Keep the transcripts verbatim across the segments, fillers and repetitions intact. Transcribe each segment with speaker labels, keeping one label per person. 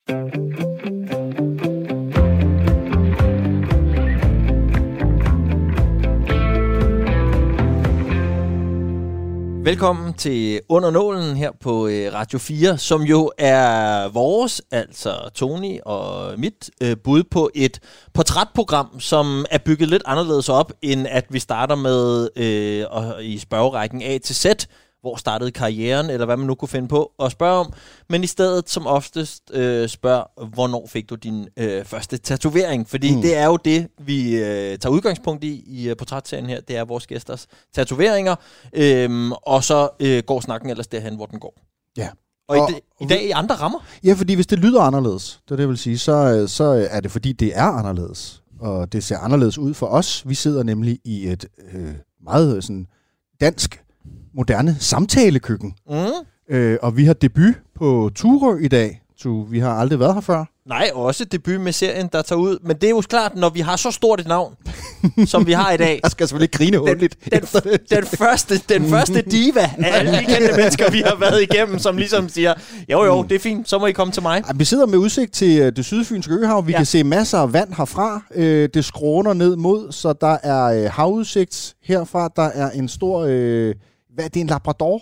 Speaker 1: Velkommen til Under Nålen her på Radio fire, som jo er vores, altså Tony og mit, øh, bud på et portrætprogram, som er bygget lidt anderledes op, end at vi starter med øh, og i spørgerækken A til Z, hvor startede karrieren, eller hvad man nu kunne finde på at spørge om, men i stedet som oftest øh, spørg, hvornår fik du din øh, første tatovering? Fordi mm. det er jo det, vi øh, tager udgangspunkt i i uh, portrætserien her, det er vores gæsters tatoveringer, øhm, og så øh, går snakken ellers derhen, hvor den går.
Speaker 2: Ja.
Speaker 1: Og,
Speaker 2: og
Speaker 1: i, d- i dag i andre rammer?
Speaker 2: Ja, fordi hvis det lyder anderledes, det er det, jeg vil sige, så, så er det fordi, det er anderledes. Og det ser anderledes ud for os. Vi sidder nemlig i et øh, meget sådan dansk, moderne samtalekøkken. Mm. Øh, og vi har debut på Turø i dag. Så vi har aldrig været her før.
Speaker 1: Nej, også debut med serien, der tager ud. Men det er jo klart, når vi har så stort et navn, som vi har i dag.
Speaker 2: Jeg skal selvfølgelig grine ordentligt.
Speaker 1: Den, den, den, første, den første diva af alle de kendte mennesker, vi har været igennem, som ligesom siger, jo jo, det er fint, så må I komme til mig.
Speaker 2: Vi sidder med udsigt til det sydfynske øhav. Vi ja. kan se masser af vand herfra. Det skråner ned mod, så der er havudsigt herfra. Der er en stor... Øh, hvad er det, en labrador?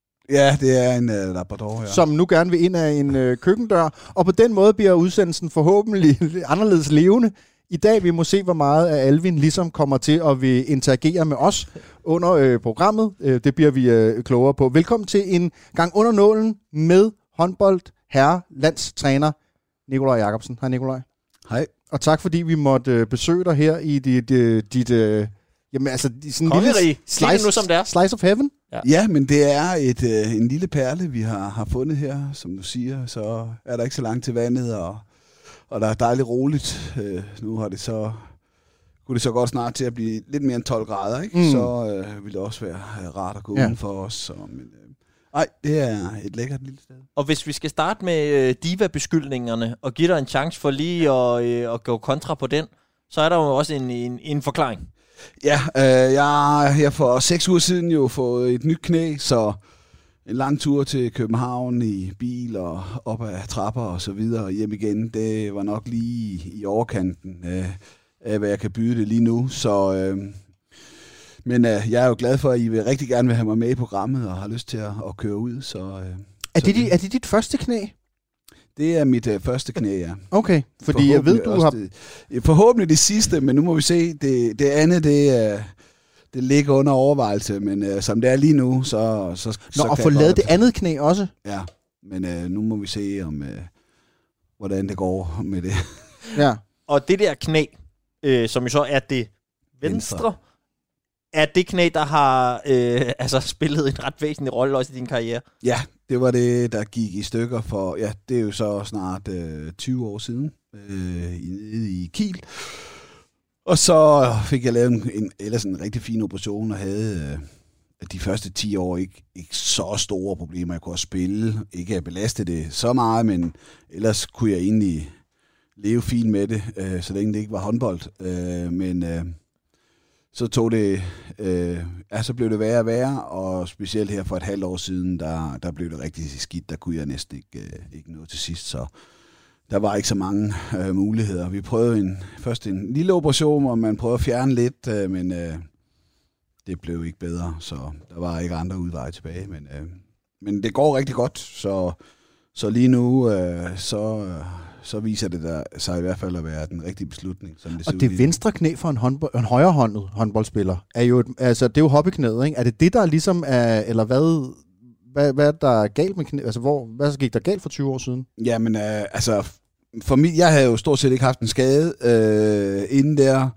Speaker 3: Ja, det er en uh, labrador, ja.
Speaker 2: Som nu gerne vil ind af en øh, køkkendør. Og på den måde bliver udsendelsen forhåbentlig anderledes levende. I dag vi må se, hvor meget af Alvin ligesom kommer til at vil interagere med os under øh, programmet. Øh, det bliver vi øh, klogere på. Velkommen til en gang Under Nålen med håndbold herre landstræner Nikolaj Jacobsen. Hej Nikolaj.
Speaker 3: Hej.
Speaker 2: Og tak fordi vi måtte øh, besøge dig her i dit... Øh, dit øh, Jamen altså, sådan en lille slice, nu, som det er. Slice of heaven.
Speaker 3: Ja. ja, men det er et øh, en lille perle, vi har, har fundet her, som du siger. Så er der ikke så langt til vandet, og, og der er dejligt roligt. Øh, nu har det så, kunne det så godt snart til at blive lidt mere end tolv grader, ikke? Mm. Så øh, vil det også være rart at gå ja. uden for os. Så, men, øh, ej, det er et lækkert lille sted.
Speaker 1: Og hvis vi skal starte med øh, diva-beskyldningerne, og give dig en chance for lige at, øh, at gå kontra på den, så er der jo også en, en, en forklaring.
Speaker 3: Ja, øh, jeg har for seks uger siden jo fået et nyt knæ, så en lang tur til København i bil og op ad trapper og så videre og hjem igen, det var nok lige i overkanten øh, af, hvad jeg kan byde det lige nu. Så, øh, men øh, jeg er jo glad for, at I vil rigtig gerne vil have mig med i programmet og har lyst til at, at køre ud. Så, øh,
Speaker 2: er, det, så, er det dit første knæ?
Speaker 3: Det er mit øh, første knæ, ja.
Speaker 2: Okay, fordi jeg ved, du har...
Speaker 3: Det, forhåbentlig det sidste, men nu må vi se. Det, det andet, det, øh, det ligger under overvejelse, men øh, som det er lige nu, så... så
Speaker 2: Nå,
Speaker 3: så
Speaker 2: og få lavet det andet knæ også?
Speaker 3: Ja, men øh, nu må vi se, om øh, hvordan det går med det.
Speaker 2: Ja.
Speaker 1: Og det der knæ, øh, som jo så er det venstre, venstre. er det knæ, der har øh, altså spillet en ret væsentlig rolle også i din karriere?
Speaker 3: Ja, det var det, der gik i stykker for, ja, det er jo så snart øh, tyve år siden, øh, nede i Kiel. Og så fik jeg lavet en, en ellers en rigtig fin operation, og havde øh, de første ti år ikke, ikke så store problemer. Jeg kunne også spille, ikke at belaste det så meget, men ellers kunne jeg egentlig leve fint med det, øh, så længe det ikke var håndbold. Øh, men... Øh, Så tog det, øh, ja, så blev det værre og værre, og specielt her for et halvt år siden, der, der blev det rigtig skidt. Der kunne jeg næsten ikke, øh, ikke nå til sidst, så der var ikke så mange øh, muligheder. Vi prøvede en, først en lille operation, hvor man prøvede at fjerne lidt, øh, men øh, det blev ikke bedre, så der var ikke andre udveje tilbage. Men, øh, men det går rigtig godt, så, så lige nu øh, så... Øh, så viser det der, sig i hvert fald at være den rigtige beslutning. Som det
Speaker 2: og det venstre knæ for en, håndbold, en højrehåndet håndboldspiller, er jo, et, altså, det er jo hobbyknæet, ikke? Er det det, der ligesom er, eller hvad, hvad, hvad der er galt med knæ? Altså, hvor, hvad så gik der galt for tyve år siden?
Speaker 3: Jamen, øh, altså, for mig, jeg havde jo stort set ikke haft en skade øh, inden der.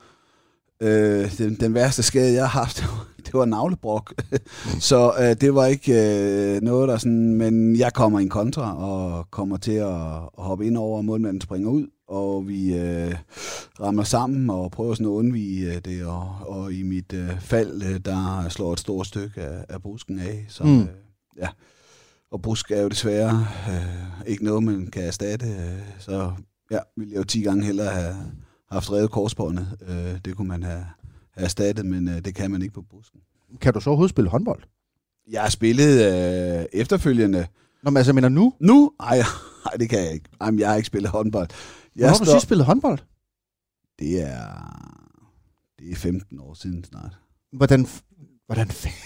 Speaker 3: Øh, den, den værste skade, jeg har haft, det var navlebrok. Så øh, det var ikke øh, noget, der sådan... Men jeg kommer i en kontra og kommer til at, at hoppe ind over, og målmanden springer ud, og vi øh, ramler sammen og prøver sådan at undvige det. Og, og i mit øh, fald, øh, der slår et stort stykke af, af brusken af. Så, mm. øh, ja. Og brusk er jo desværre øh, ikke noget, man kan erstatte. Øh, så ja, ville jeg jo ti gange hellere have haft revet korsbåndet. Øh, det kunne man have, have erstattet, men øh, det kan man ikke på brusken.
Speaker 2: Kan du så overhovedet spille håndbold?
Speaker 3: Jeg har spillet øh, efterfølgende.
Speaker 2: Nå, men altså, mener nu?
Speaker 3: Nu? Ej, Nej, det kan jeg ikke. Jamen, jeg har ikke spillet håndbold. Jeg
Speaker 2: Hvornår har du
Speaker 3: står...
Speaker 2: sidst spillet håndbold?
Speaker 3: Det er... Det er femten år siden snart.
Speaker 2: Hvordan... Hvordan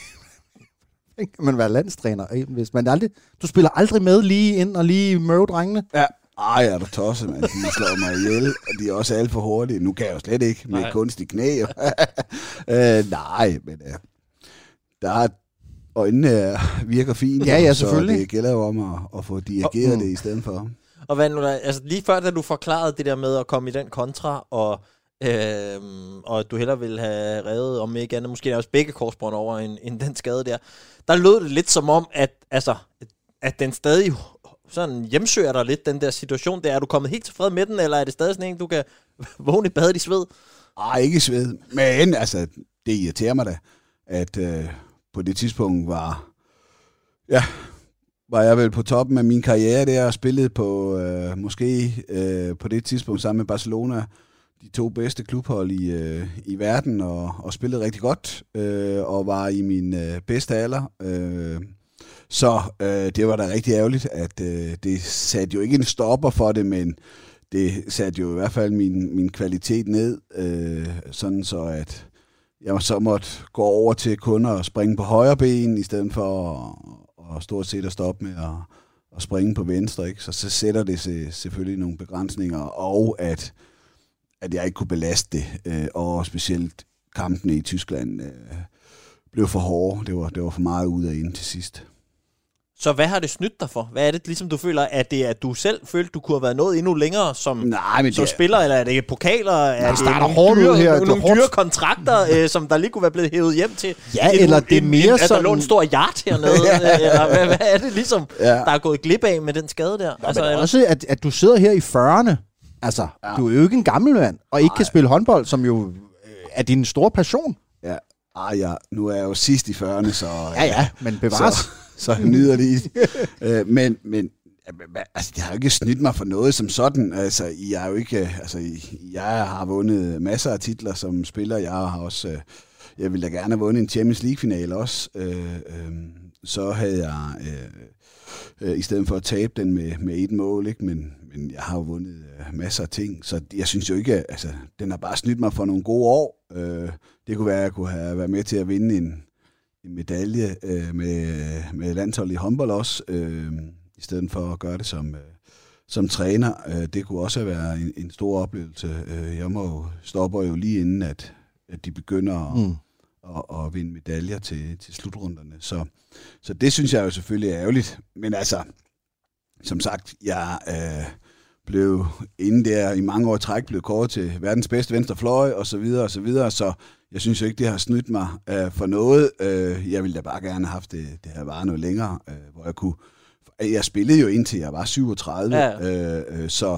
Speaker 2: kan man være landstræner, hvis man aldrig... Du spiller aldrig med lige ind og lige møve drengene?
Speaker 3: Ja. Ej, er du tosset, mand. De slår mig ihjel. De er også alt for hurtige. Nu kan jeg jo slet ikke med nej. kunstig knæ. øh, nej, men øh, der er øjnene øh, virker fint.
Speaker 2: Ja, ja, selvfølgelig.
Speaker 3: Så det gælder jo om at, at få dirigeret oh, mm. det i stedet for.
Speaker 1: Og hvad nu der, altså lige før, da du forklarede det der med at komme i den kontra, og, øh, og du hellere ville have revet, om ikke andet, måske også begge korsbånd over en, en den skade der, der lød det lidt som om, at, altså, at den stadig sådan hjemsøger dig lidt, den der situation der. Er du kommet helt tilfreds med den, eller er det stadig sådan en, du kan vågne i badet i sved?
Speaker 3: Ej, ikke i sved. Men altså, det irriterer mig da, at øh, på det tidspunkt var, ja, var jeg vel på toppen af min karriere der, og spillede på, øh, måske øh, på det tidspunkt sammen med Barcelona, de to bedste klubhold i, øh, i verden, og, og spillede rigtig godt, øh, og var i min øh, bedste alder. Øh, så øh, det var da rigtig ærgerligt, at øh, det satte jo ikke en stopper for det, men det satte jo i hvert fald min, min kvalitet ned, øh, sådan så at jeg så måtte gå over til kun at springe på højre ben, i stedet for at, at stort set at stoppe med at, at springe på venstre. Ikke? Så, så sætter det sig selvfølgelig nogle begrænsninger, og at, at jeg ikke kunne belaste det, øh, og specielt kampene i Tyskland øh, blev for hårde. Det var, det var for meget ud af ind til sidst.
Speaker 1: Så hvad har det snydt dig for? Hvad er det, ligesom du føler, at det er, at du selv følte, du kunne have været nået endnu længere som,
Speaker 3: Nej, men
Speaker 1: som
Speaker 3: det...
Speaker 1: spiller, eller er det pokaler? Er
Speaker 2: Nej,
Speaker 1: det
Speaker 2: starter
Speaker 1: nogle dyre,
Speaker 2: her,
Speaker 1: nogle, nogle dyre kontrakter, øh, som der lige kunne være blevet hævet hjem til?
Speaker 2: Ja,
Speaker 1: en,
Speaker 2: eller det er mere
Speaker 1: en,
Speaker 2: sådan...
Speaker 1: At der lå en stor yacht hernede, ja. Eller hvad, hvad er det ligesom, ja. der er gået glip af med den skade der?
Speaker 2: Ja, altså, men også, at, at du sidder her i fyrrerne. Altså, ja. Du er jo ikke en gammel mand, og ikke Ej. kan spille håndbold, som jo er din store passion.
Speaker 3: Ja, Ej, ja. Nu er jeg jo sidst i fyrrerne, så...
Speaker 2: Ja, ja, men bevares.
Speaker 3: Så, så jeg nyder det. øh, men, men altså, det har jo ikke snydt mig for noget som sådan. Altså, jeg er jo ikke... Altså, jeg har vundet masser af titler som spiller. Jeg har også... Jeg ville da gerne have vundet en Champions League-finale også. Øh, øh, så havde jeg... Øh, øh, i stedet for at tabe den med, med et mål, ikke? Men, men jeg har jo vundet øh, masser af ting, så jeg synes jo ikke, altså, den har bare snydt mig for nogle gode år. Øh, det kunne være, at jeg kunne have været med til at vinde en, en medalje øh, med, med landshold i håndbold også, øh, i stedet for at gøre det som, øh, som træner. Øh, det kunne også være en, en stor oplevelse. Øh, jeg må jo, stopper jo lige inden, at, at de begynder at, mm. at, at vinde medaljer til, til slutrunderne. Så, så det synes jeg jo selvfølgelig er ærgerligt. Men altså, som sagt, jeg øh, blev inden der i mange år træk blevet kåret til verdens bedste venstre fløj, og så videre, og så videre. Så jeg synes jo ikke, det har snydt mig øh, for noget. Øh, jeg ville da bare gerne have haft det, det her var noget længere, øh, hvor jeg kunne... Jeg spillede jo indtil jeg var syvogtredive, ja. øh, øh, så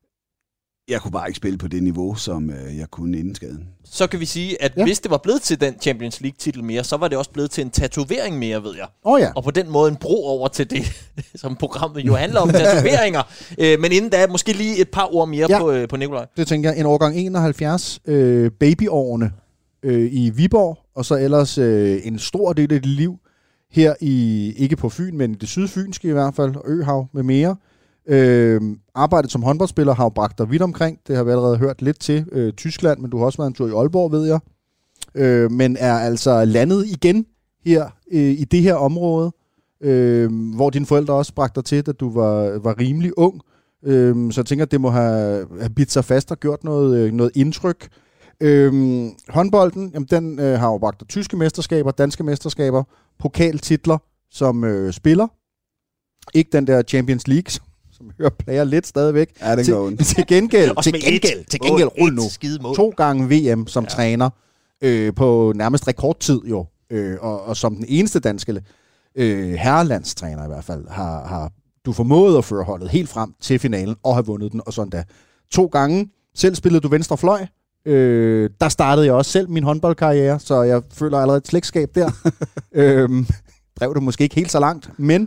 Speaker 3: jeg kunne bare ikke spille på det niveau, som øh, jeg kunne inden skaden.
Speaker 1: Så kan vi sige, at ja. hvis det var blevet til den Champions League-titel mere, så var det også blevet til en tatovering mere, ved jeg.
Speaker 2: Oh ja.
Speaker 1: Og på den måde en bro over til det, som programmet jo handler om, tatoveringer. øh, men inden da, måske lige et par ord mere ja. på, øh, på Nikolaj.
Speaker 2: Det tænker jeg. En årgang enoghalvfjerds, øh, babyårene øh, i Viborg, og så ellers øh, en stor del af dit liv her i, ikke på Fyn, men i det sydfynske i hvert fald, Øhav med mere. Øh, arbejdet som håndboldspiller har jo bragt dig vidt omkring. Det har vi allerede hørt lidt til. Øh, Tyskland, men du har også været en tur i Aalborg, ved jeg. Øh, men er altså landet igen her øh, i det her område, øh, hvor dine forældre også bragte dig til, da du var, var rimelig ung. Øh, så jeg tænker, at det må have, have bidt sig fast og gjort noget, øh, noget indtryk. Øh, håndbolden, jamen, den øh, har jo bragt dig tyske mesterskaber, danske mesterskaber, pokaltitler som øh, spiller. Ikke den der Champions League, som hører player lidt stadigvæk.
Speaker 3: Ja, det går
Speaker 2: til, til gengæld, til gengæld, et, til gengæld rul nu. To gange V M som ja. træner øh, på nærmest rekordtid jo. Øh, og, og som den eneste danske øh, herrelandstræner i hvert fald, har, har du formået at føre holdet helt frem til finalen og have vundet den og sådan da. To gange. Selv spillede du venstre fløj. Øh, der startede jeg også selv min håndboldkarriere, så jeg føler allerede et slægtskab der. øh, drev det måske ikke helt så langt, men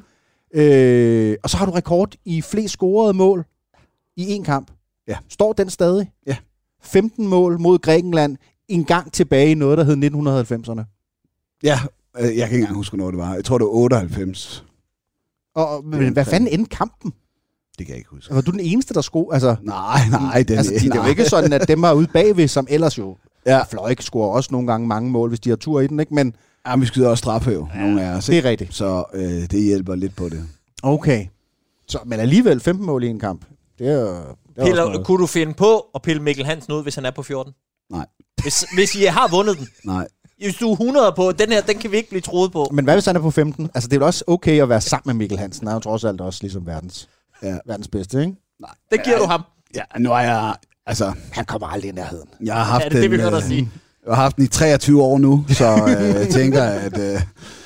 Speaker 2: Øh, og så har du rekord i flest scorede mål i en kamp.
Speaker 3: Ja.
Speaker 2: Står den stadig?
Speaker 3: Ja.
Speaker 2: femten mål mod Grækenland en gang tilbage i noget, der hed nitten halvfemserne.
Speaker 3: Ja, øh, jeg kan ikke engang huske, hvornår det var. Jeg tror, det var otteoghalvfems.
Speaker 2: Og, men hvad fanden endte kampen?
Speaker 3: Det kan jeg ikke huske.
Speaker 2: Var du den eneste, der sko? Altså,
Speaker 3: Nej, nej. Den,
Speaker 2: altså, de, det er jo
Speaker 3: nej.
Speaker 2: ikke sådan, at dem var ude bagved, som ellers jo...
Speaker 3: Ja.
Speaker 2: Fløjk scorer også nogle gange mange mål, hvis de har tur i den, ikke? Men
Speaker 3: Ja, vi skyder også straffe jo, ja, nogle af os.
Speaker 2: det er rigtigt.
Speaker 3: Så øh, det hjælper lidt på det.
Speaker 2: Okay. Så, men alligevel femten mål i en kamp. Det er, det er
Speaker 1: Piller,
Speaker 2: også noget.
Speaker 1: kunne du finde på at pille Mikkel Hansen ud, hvis han er på fjorten?
Speaker 3: Nej.
Speaker 1: Hvis, hvis I har vundet den.
Speaker 3: Nej.
Speaker 1: Hvis du er hundrede på, den her, den kan vi ikke blive troet på.
Speaker 2: Men hvad hvis han er på femten? Altså, det er jo også okay at være sammen med Mikkel Hansen. Han er jo trods alt også ligesom verdens,
Speaker 3: Ja.
Speaker 2: verdens bedste, ikke?
Speaker 3: Nej.
Speaker 1: Det giver
Speaker 3: ja,
Speaker 1: du ham.
Speaker 3: Ja, nu er jeg... Altså,
Speaker 2: Han kommer aldrig i nærheden.
Speaker 3: jeg har haft
Speaker 1: Ja, det er det, vi
Speaker 3: den,
Speaker 1: hørte dig
Speaker 3: øh,
Speaker 1: sige.
Speaker 3: Jeg har haft den i treogtyve år nu, så øh, jeg tænker, at øh,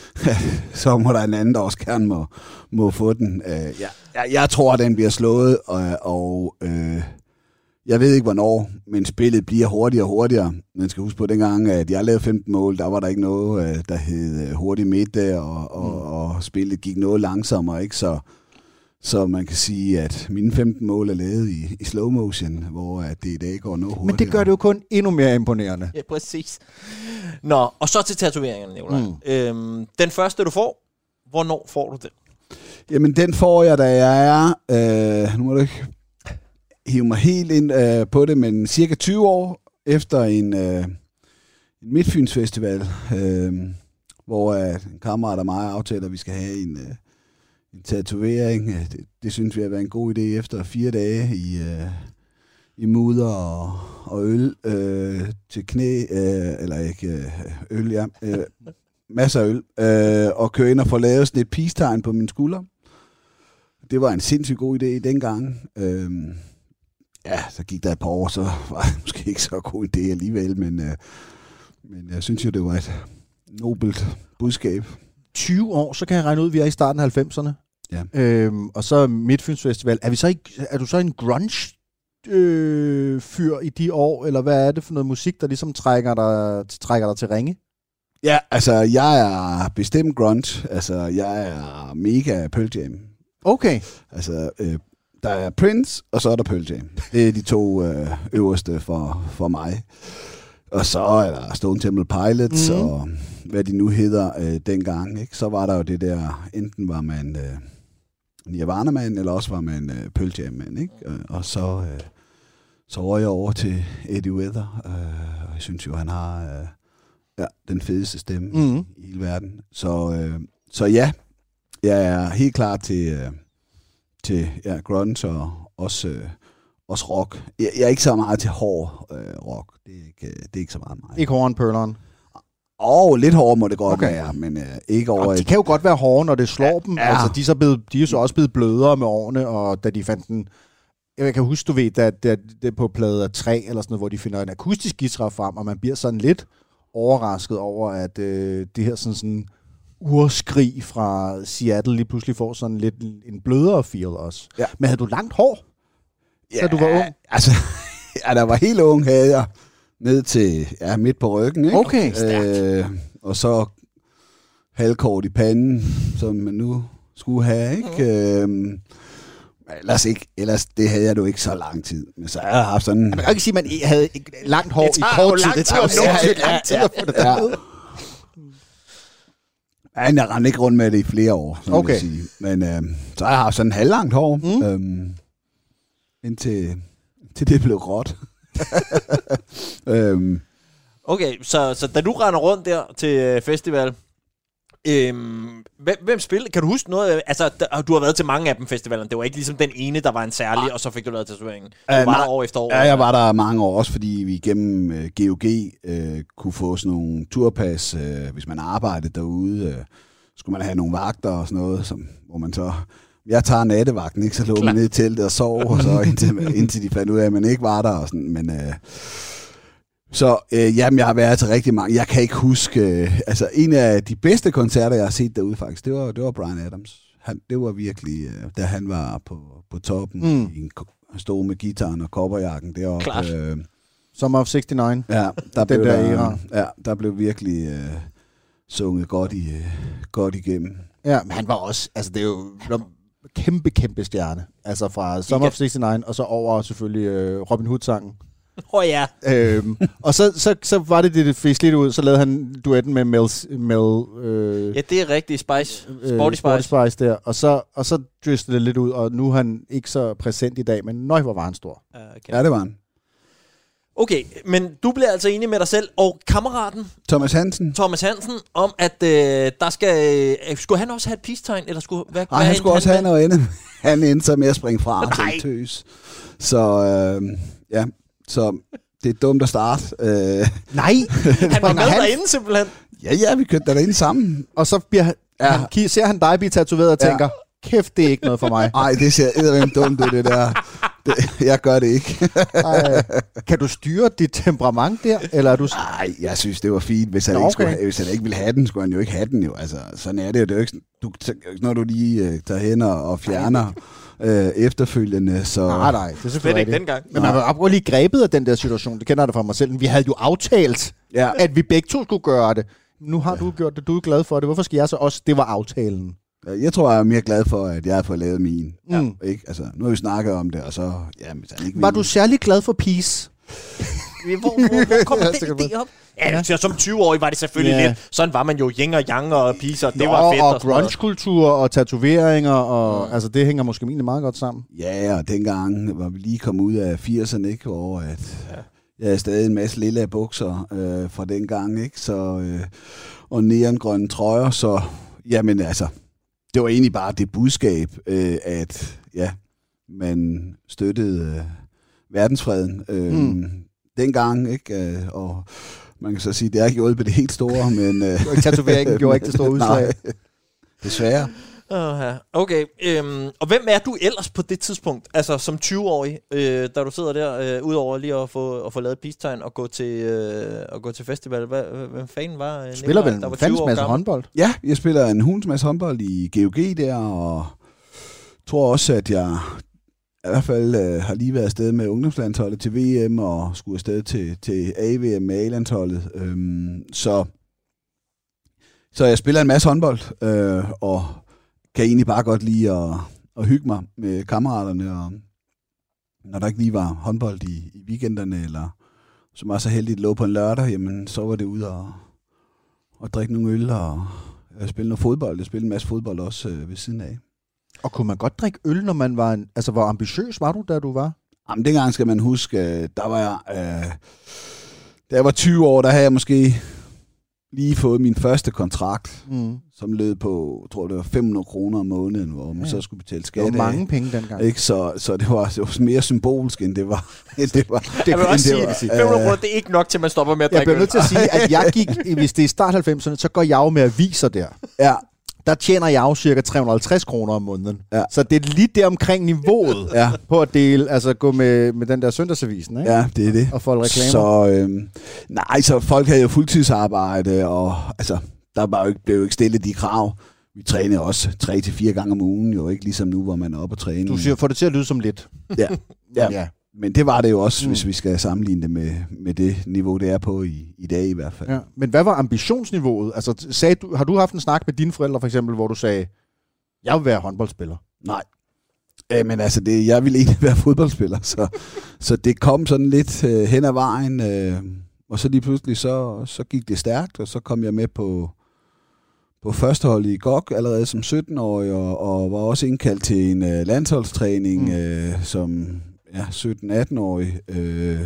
Speaker 3: så må der en anden, der også gerne må, må få den. Øh, ja. jeg, jeg tror, at den bliver slået, og, og øh, jeg ved ikke, hvornår, men spillet bliver hurtigere og hurtigere. Man skal huske på, at dengang, at jeg lavede femten mål, der var der ikke noget, øh, der hed hurtig midt, og, og, mm. og spillet gik noget langsommere, ikke? Så, så man kan sige, at mine femten mål er lavet i, i slow motion, hvor at det i dag går noget hurtigere.
Speaker 2: Men det gør det jo kun endnu mere imponerende.
Speaker 1: Ja, præcis. Nå, og så til tatoveringerne, Nicolaj. Mm. Øhm, den første, du får, hvornår får du den?
Speaker 3: Jamen, den får jeg, da jeg er... Øh, nu må du ikke hive mig helt ind øh, på det, men cirka tyve år efter en, øh, en Midtfyns Festival, øh, hvor øh, en kammerat og mig aftaler, at vi skal have en, øh, en tatovering. Det, det synes vi har været en god idé efter fire dage i, øh, i mudder og, og øl øh, til knæ, øh, eller ikke øh, øl, ja, øh, masser af øl, øh, og køre ind og få lavet sådan et peace-tegn på min skulder. Det var en sindssygt god idé dengang. Øh, ja, så gik der et par år, så var det måske ikke så god idé alligevel, men, øh, men jeg synes jo, det var et nobelt budskab.
Speaker 2: tyve år, så kan jeg regne ud, at vi er i starten af halvfemserne.
Speaker 3: Ja.
Speaker 2: Øhm, og så Midtfyns Festival. Er, vi så ikke, er du så en grunge øh, fyr i de år, eller hvad er det for noget musik, der ligesom trækker dig, trækker dig til ringe?
Speaker 3: Ja, altså, jeg er bestemt grunge. Altså, jeg er mega Pearl Jam.
Speaker 2: Okay.
Speaker 3: Altså, øh, der er Prince, og så er der Pearl Jam. Det er de to øh, øverste for, for mig. Og så er der Stone Temple Pilots, mm. og hvad de nu hedder øh, dengang. Ikke? Så var der jo det der, enten var man øh, Nirvana-mand, eller også var man øh, Pearl Jam-mand. Ikke? Og så, øh, så røg jeg over til Eddie Vedder, øh, og jeg synes jo, han har øh, ja, den fedeste stemme mm. i hele verden. Så, øh, så ja, jeg er helt klar til, øh, til ja, grunge og også... Øh, Også rock. Jeg, jeg er ikke så meget til hård øh, rock. Det er, ikke, det er ikke så meget mig.
Speaker 2: Ikke hårdere end Pearleren?
Speaker 3: Åh, oh, lidt hård må det godt
Speaker 2: okay.
Speaker 3: være, men øh, ikke over...
Speaker 2: Og de kan jo godt være hårde, når det slår ja, dem.
Speaker 3: Ja.
Speaker 2: Altså, de, er så blevet, de er så også blevet blødere med årene, og da de fandt den... Jeg kan huske, du ved, at det er på plade af træ, eller sådan noget, hvor de finder en akustisk guitar frem, og man bliver sådan lidt overrasket over, at øh, det her sådan, sådan urskrig fra Seattle lige pludselig får sådan lidt en blødere feel også. Ja. Men havde du langt hår?
Speaker 3: Ja,
Speaker 2: da du var ung?
Speaker 3: Altså, ja, da jeg var helt ung, havde jeg ned til ja, midt på ryggen. Ikke?
Speaker 2: Okay, stærkt.
Speaker 3: Øh, og så halvkort i panden, som man nu skulle have. Ikke? Mm. Øh, ellers, ikke, ellers det havde jeg jo ikke så lang tid. Men så har jeg haft sådan...
Speaker 2: Man kan ikke sige, at man havde langt hår i kort tid. Det tager jo sindssygt lang tid at få det
Speaker 3: ja, ja. Ja, jeg rendte ikke rundt med det i flere år, som okay. jeg sige. Men øh, så har jeg haft sådan halvlangt hår. Mm. Øhm, Indtil til det blev gråt. øhm.
Speaker 1: Okay, så, så da du render rundt der til festival, øhm, hvem, hvem spiller? Kan du huske noget? Altså, der, du har været til mange af dem festivalen. Det var ikke ligesom den ene, der var en særlig, ah. og så fik du lavet tatoveringen. Du
Speaker 3: uh,
Speaker 1: var der år efter år.
Speaker 3: Ja, jeg var der mange år, også fordi vi gennem uh, G O G uh, kunne få sådan nogle turpas, uh, hvis man arbejdede derude. Uh, skulle man have nogle vagter og sådan noget, som, hvor man så... Jeg tager nattevagten, ikke? Så lå man ned i teltet og sov, og så indtil, indtil de fandt ud af, at man ikke var der. Og sådan. Men, øh, så øh, jamen, jeg har været til rigtig mange. Jeg kan ikke huske... Øh, altså, en af de bedste koncerter, jeg har set derude faktisk, det var, det var Bryan Adams. Han, det var virkelig, øh, da han var på, på toppen. Mm. I en, han stod med guitaren og kopperjakken deroppe. Øh,
Speaker 2: Summer of seksogtres.
Speaker 3: Ja, der,
Speaker 2: blev
Speaker 3: der,
Speaker 2: der,
Speaker 3: ja, der blev virkelig øh, sunget godt, i, øh, godt igennem.
Speaker 2: Ja, men han var også... Altså, det er jo... Kæmpe, kæmpe stjerne. Altså fra Summer of seksogtres, og så over selvfølgelig øh, Robin Hood-sangen.
Speaker 1: Åh oh, ja.
Speaker 2: øhm, og så, så, så var det det, det fisk lidt ud, så lavede han duetten med Mel... Mel øh,
Speaker 1: ja, det er rigtigt. Spice. Sporty
Speaker 2: øh,
Speaker 1: Spice.
Speaker 2: Sporty Spice der. Og så, og så dristede det lidt ud, og nu er han ikke så præsent i dag, men nøj, hvor var han stor.
Speaker 3: Okay. Ja, det var han.
Speaker 1: Okay, men du bliver altså enig med dig selv og kammeraten
Speaker 3: Thomas Hansen.
Speaker 1: Thomas Hansen om, at øh, der skal... Øh, skulle han også have et peace-tegn, eller skulle... Hvad,
Speaker 3: Nej,
Speaker 1: hvad
Speaker 3: han skulle også have
Speaker 1: med?
Speaker 3: noget andet. Han endte så med at springe fra til tøs. Så øh, ja, så det er dumt at starte. Øh,
Speaker 2: Nej!
Speaker 1: Han var med derinde simpelthen.
Speaker 3: Ja, ja, vi kørte derinde sammen.
Speaker 2: Og så bliver han, ja. han, ser han dig blive tatoveret og
Speaker 3: Ja.
Speaker 2: tænker, kæft, det er ikke noget for mig.
Speaker 3: Nej, det ser eddermame dumt ud, det der. Det, jeg gør det ikke.
Speaker 2: Ej, kan du styre dit temperament der? Eller er du...
Speaker 3: Nej, jeg synes, det var fint. Hvis han,
Speaker 2: Nå,
Speaker 3: ikke,
Speaker 2: okay.
Speaker 3: skulle, hvis han ikke ville have den, skulle han jo ikke have den. Jo. Altså, sådan er det jo. Det er jo ikke, du, når du lige uh, tager hen og, og fjerner uh, efterfølgende. Så...
Speaker 2: Nej, nej, det er
Speaker 1: Fedt
Speaker 2: selvfølgelig
Speaker 1: ikke
Speaker 2: det.
Speaker 1: dengang.
Speaker 2: Men man var akkurat lige grebet af den der situation. Det kender jeg da fra mig selv. Vi havde jo aftalt,
Speaker 3: Ja.
Speaker 2: at vi begge to skulle gøre det. Nu har du gjort det. Du er glad for det. Hvorfor skal jeg så også? Det var aftalen.
Speaker 3: Jeg tror, jeg er mere glad for, at jeg har fået lavet min.
Speaker 2: Mm.
Speaker 3: Ikke? Altså, nu har vi snakket om det, og så... Ja, men han ikke
Speaker 2: Var
Speaker 3: vil-
Speaker 2: du særlig glad for peace?
Speaker 1: Hvor, hvor, hvor kom
Speaker 2: Ja,
Speaker 1: den
Speaker 2: sikkert.
Speaker 1: idé op? Ja, så som tyve-årig var det selvfølgelig
Speaker 2: Ja.
Speaker 1: lidt. Sådan var man jo yin og yang og piser. Det
Speaker 2: Nå,
Speaker 1: var fedt.
Speaker 2: og
Speaker 1: Og, sådan noget.
Speaker 2: grunge-kultur og tatoveringer. Og, mm. Altså, det hænger måske egentlig meget godt sammen.
Speaker 3: Ja, og dengang var vi lige kommet ud af firserne, ikke? Hvor at ja. jeg havde stadig en masse lille bukser øh, fra dengang, ikke? Så, øh, og neongrønne trøjer, så... Jamen, altså... Det var egentlig bare det budskab, øh, at ja, man støttede øh, verdensfreden øh, mm. dengang, ikke? Øh, og man kan så sige, det er ikke hjulpet det helt store, men... Øh,
Speaker 2: Tatoveringen gjorde ikke det store udslag.
Speaker 3: Nej, desværre.
Speaker 1: Uh-huh. Okay, øhm, og hvem er du ellers på det tidspunkt, altså som tyve-årig, øh, da du sidder der, øh, udover lige at få, at få lavet peace-tegn og gå til, øh, og gå til festival? Hvad, hvem fanden var øh,
Speaker 2: Spiller
Speaker 1: Nikolaj,
Speaker 2: vel
Speaker 1: der
Speaker 2: en
Speaker 1: var
Speaker 2: fandens
Speaker 1: tyve år
Speaker 2: masse
Speaker 1: gammel?
Speaker 2: håndbold?
Speaker 3: Ja, jeg spiller en hunds masse håndbold i G O G der, og tror også, at jeg i hvert fald øh, har lige været afsted med ungdomslandsholdet til V M, og skulle afsted til, til A V M med A-landsholdet. Øhm, så, så jeg spiller en masse håndbold, øh, og kan egentlig bare godt lide at, at hygge mig med kammeraterne, og når der ikke lige var håndbold i, i weekenderne, eller som var så heldigt lå på en lørdag, jamen så var det ud og, og drikke nogle øl, og jeg spille noget fodbold. Jeg spillede en masse fodbold også øh, ved siden af.
Speaker 2: Og kunne man godt drikke øl, når man var... En, altså, hvor ambitiøs var du, da du var?
Speaker 3: Jamen, dengang skal man huske, øh, der var jeg... Øh, da jeg var tyve år, der havde jeg måske lige fået min første kontrakt,
Speaker 2: Mm.
Speaker 3: som lød på, jeg tror det var fem hundrede kroner om måneden, hvor man
Speaker 2: Ja.
Speaker 3: så skulle betale
Speaker 2: Det
Speaker 3: skat
Speaker 2: var
Speaker 3: af.
Speaker 2: mange penge dengang.
Speaker 3: Ikke? Så, så det var, det var mere symbolsk, end det var... end det var
Speaker 1: Jeg vil også sige,
Speaker 3: var,
Speaker 1: fem hundrede kroner, det er ikke nok til, man stopper med at
Speaker 2: Jeg
Speaker 1: drikke
Speaker 2: bliver
Speaker 1: øl.
Speaker 2: nødt til at sige, at jeg gik, hvis det er i start halvfemserne, så går jeg jo med aviser der.
Speaker 3: ja,
Speaker 2: Der tjener jeg jo cirka tre hundrede og halvtreds kroner om måneden.
Speaker 3: Ja.
Speaker 2: Så det er lige der omkring niveauet
Speaker 3: ja,
Speaker 2: på at dele, altså gå med, med den der søndagsavisen, ikke?
Speaker 3: ja, det er det.
Speaker 2: Og folde reklamer.
Speaker 3: Så, øhm, nej, så folk havde jo fuldtidsarbejde, og altså, der var jo ikke, blev jo ikke stillet de krav. Vi trænede også tre til fire gange om ugen, jo ikke ligesom nu, hvor man er oppe og træne.
Speaker 2: Du siger, får det til at lyde som lidt.
Speaker 3: Ja, ja.
Speaker 2: Ja.
Speaker 3: Men det var det jo også,
Speaker 2: Mm.
Speaker 3: mm. hvis vi skal sammenligne det med, med det niveau, det er på i, i dag i hvert fald.
Speaker 2: Ja. Men hvad var ambitionsniveauet? Altså, sagde du, har du haft en snak med dine forældre, for eksempel, hvor du sagde, jeg vil være håndboldspiller?
Speaker 3: Nej. Øh, men altså, det, jeg ville egentlig være fodboldspiller, så, så det kom sådan lidt øh, hen ad vejen, øh, og så lige pludselig, så, så gik det stærkt, og så kom jeg med på, på førstehold i G O G allerede som sytten-årig, og, og var også indkaldt til en øh, landsholdstræning mm. øh, som ja, sytten-atten-årig. Øh,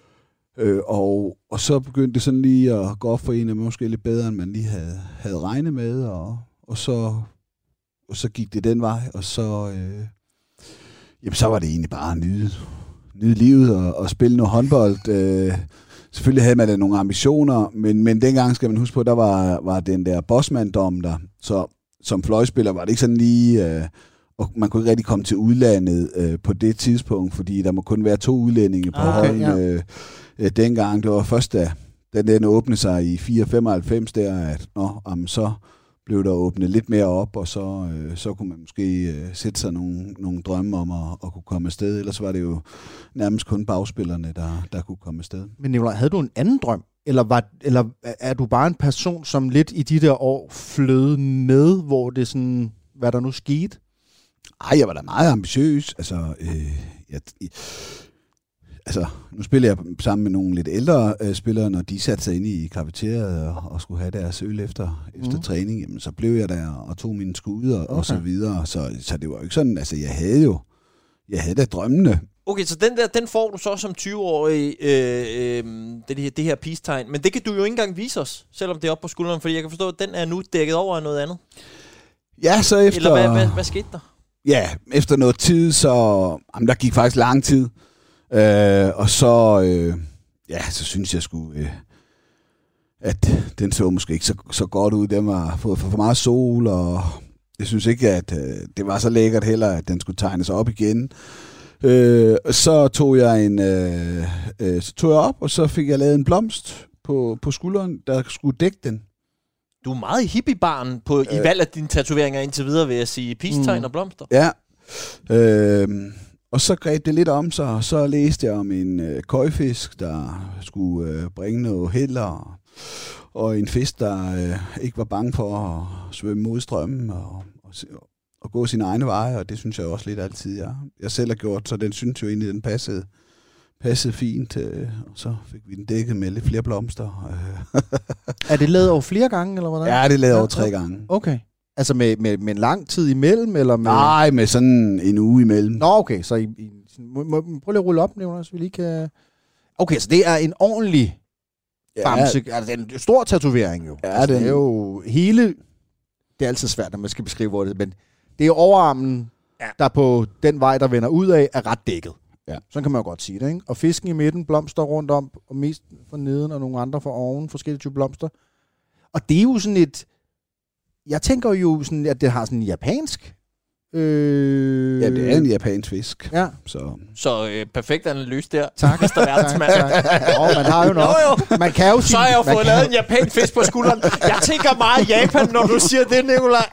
Speaker 3: øh, og, og så begyndte det sådan lige at gå op for en, at måske lidt bedre, end man lige havde, havde regnet med, og, og, så, og så gik det den vej, og så, øh, jamen, så var det egentlig bare at nyde, nyde livet og, og spille noget håndbold. Øh, Selvfølgelig havde man da nogle ambitioner, men, men dengang skal man huske på, der var, var den der bossmanddom der. Så som fløjspiller var det ikke sådan lige, øh, og man kunne ikke rigtig komme til udlandet øh, på det tidspunkt, fordi der må kun være to udlændinge på
Speaker 2: Ah, okay,
Speaker 3: holdene
Speaker 2: ja.
Speaker 3: øh, øh, dengang. Det var først da den, den åbnede sig i fire femoghalvfems der, at nå, jamen, så blev der åbnet lidt mere op, og så, øh, så kunne man måske øh, sætte sig nogle, nogle drømme om at, at kunne komme afsted. Ellers var det jo nærmest kun bagspillerne, der, der kunne komme afsted.
Speaker 2: Men Nicolaj, havde du en anden drøm? Eller, var, eller er du bare en person, som lidt i de der år flød med, hvor det sådan, hvad der nu skete?
Speaker 3: Ej, jeg var da meget ambitiøs. Altså, øh, jeg, altså altså, nu spiller jeg sammen med nogle lidt ældre øh, spillere, når de satte sig ind i kafeteriet og, og skulle have deres øl efter, mm. efter træning, jamen, så blev jeg der og tog mine skud og, okay. og så videre. Så, så det var jo ikke sådan, altså jeg havde jo, jeg havde da drømmene.
Speaker 1: Okay, så den der, den får du så som tyve-årig, øh, øh, det, her, det her peace-tegn. Men det kan du jo ikke engang vise os, selvom det er oppe på skulderen, fordi jeg kan forstå, at den er nu dækket over af noget andet.
Speaker 3: Ja, så efter...
Speaker 1: Eller hvad, hvad, hvad skete der?
Speaker 3: Ja, efter noget tid, så... Jamen, der gik faktisk lang tid. Øh, og så... Øh, ja, så synes jeg sgu... Øh, at den så måske ikke så, så godt ud. Den var fået for, for meget sol, og jeg synes ikke, at øh, det var så lækkert heller, at den skulle tegnes op igen. Øh, så tog jeg en... Øh, øh, så tog jeg op, og så fik jeg lavet en blomst på, på skulderen, der skulle dække den.
Speaker 1: Du er meget hippie-barn på, øh, i valg af dine tatoveringer indtil videre, vil jeg sige. Peace-tegn mm. og blomster.
Speaker 3: Ja. Øh, og så greb det lidt om sig, og så læste jeg om en øh, køjfisk, der skulle øh, bringe noget held, og, og en fisk, der øh, ikke var bange for at svømme mod strømmen, og, og, og gå sine egne veje, og det synes jeg også lidt altid, jeg, jeg selv har gjort, så den synes jo egentlig, den passede. Passede fint, øh, og så fik vi den dækket med lidt flere blomster.
Speaker 2: Er det lavet over flere gange, eller hvordan?
Speaker 3: Ja, det er lavet ja, over tre gange.
Speaker 2: Okay. Altså med, med, med en lang tid imellem, eller med...
Speaker 3: Nej, med sådan en uge imellem.
Speaker 2: Nå, okay, så i, i, må, må, prøv lige at rulle op, Nævner, så vi lige kan... Okay, så det er en ordentlig famse, ja. Altså det er en stor tatovering jo.
Speaker 3: Ja,
Speaker 2: altså,
Speaker 3: det
Speaker 2: er jo hele... Det er altid svært, når man skal beskrive, hvor det er, men det er overarmen, ja. Der på den vej, der vender ud af, er ret dækket. Ja. Sådan kan man jo godt sige det, ikke? Og fisken i midten, blomster rundt om, og mest fra neden, og nogle andre fra oven, forskellige typer blomster. Og det er jo sådan et... Jeg tænker jo sådan, at det har sådan en japansk... Øh...
Speaker 3: Ja, det er en japansk fisk.
Speaker 2: Ja.
Speaker 1: Så, så øh, perfekt analyse der.
Speaker 2: Tak.
Speaker 1: mister Verdensmand.
Speaker 2: Nå, man har jo nok.
Speaker 1: Jo, jo.
Speaker 2: Man kan jo
Speaker 1: så har jeg jo fået lavet en japansk fisk på skulderen. Jeg tænker meget Japan, når du siger det, Nikolaj.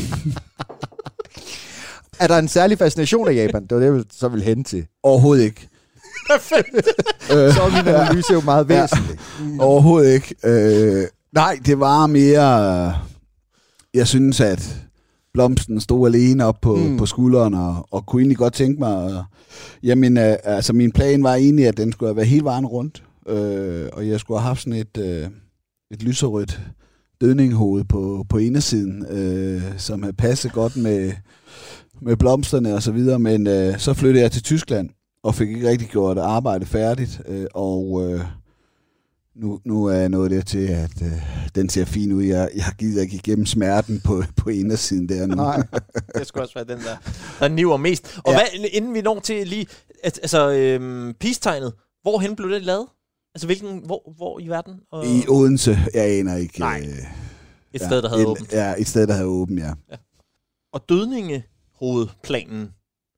Speaker 2: Er der en særlig fascination af Japan? Det var det, jeg så ville hen til.
Speaker 3: Overhovedet ikke.
Speaker 1: Perfekt.
Speaker 2: Så er min analyse jo meget væsentlig.
Speaker 3: Ja, mm. Overhovedet ikke. Øh, nej, det var mere... Jeg synes, at blomsten stod alene op på, mm. på skulderen, og, og kunne egentlig godt tænke mig... Og, jamen, øh, altså min plan var egentlig, at den skulle være hele vejen rundt. Øh, og jeg skulle have haft sådan et, øh, et lyserødt dødninghoved på, på indersiden, øh, som havde passet godt med... med blomsterne og så videre, men øh, så flyttede jeg til Tyskland og fik ikke rigtig gjort arbejde færdigt, øh, og øh, nu, nu er jeg nået der til, at øh, den ser fin ud. Jeg, jeg har givet ikke igennem smerten på, på indersiden der nu.
Speaker 1: Nej, det skulle også være den der, der niver mest. Og ja. Hvad, inden vi når til lige, at, altså øh, peace-tegnet, hvorhen blev det lavet? Altså hvilken, hvor, hvor i verden? Og...
Speaker 3: I Odense, jeg aner ikke.
Speaker 1: Nej,
Speaker 3: øh,
Speaker 1: et sted, der havde
Speaker 3: et,
Speaker 1: åbent.
Speaker 3: Ja, et sted, der havde åbent, ja. ja.
Speaker 1: Og dødninge hovedplanen,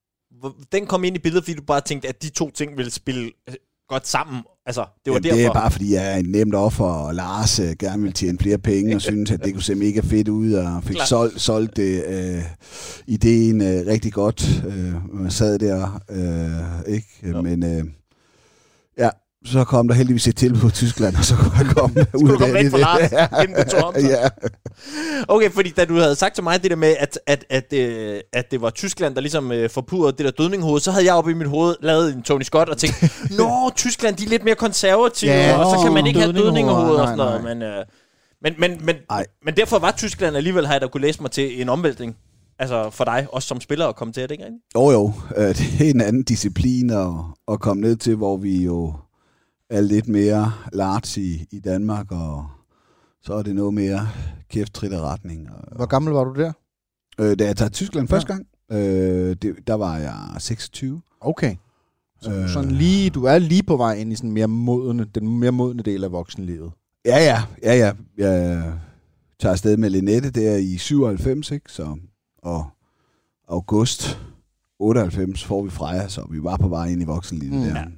Speaker 1: den kom ind i billedet, fordi du bare tænkte, at de to ting ville spille godt sammen. Altså, det var
Speaker 3: Jamen,
Speaker 1: derfor.
Speaker 3: Det er bare, fordi jeg er en nemt offer, og Lars uh, gerne vil tjene flere penge, og synes, at det kunne se mega fedt ud, og fik solgt, solgt det, uh, ideen uh, rigtig godt. Uh, man sad der, uh, ikke? Ja. Men uh, ja, så kom der heldigvis et tilbud på Tyskland, og så kunne jeg komme ud af det.
Speaker 1: Skulle du komme væk fra Lars, inden du tog om sig?
Speaker 3: Ja.
Speaker 1: Okay, fordi da du havde sagt til mig det der med, at, at, at, at, at det var Tyskland, der ligesom uh, forpurrede det der dødninghoved, så havde jeg oppe i mit hoved lavet en Tony Scott og tænkt, nå, Tyskland, de er lidt mere konservative, ja, og så kan man ikke have dødningehoved og sådan noget. Men, uh, men, men, men, men derfor var Tyskland alligevel, har jeg da kunne læse mig til en omvæltning. Altså for dig, også som spiller, at komme til det, ikke rigtigt?
Speaker 3: Jo jo, det er en anden disciplin at, at komme ned til, hvor vi jo er lidt mere large i, i Danmark, og så er det noget mere kæft, trit og retning.
Speaker 2: Hvor gammel var du der?
Speaker 3: Øh, da jeg tager til Tyskland ja. første gang, øh, det, der var jeg seksogtyve.
Speaker 2: Okay. Så øh, sådan lige, du er lige på vej ind i sådan mere modne, den mere modne del af voksenlivet.
Speaker 3: Ja, ja, ja, ja. Jeg tager afsted med Linette der i syvoghalvfems, ikke? Så, og august otteoghalvfems får vi Freja, så vi var på vej ind i voksenlivet mm. der. Ja.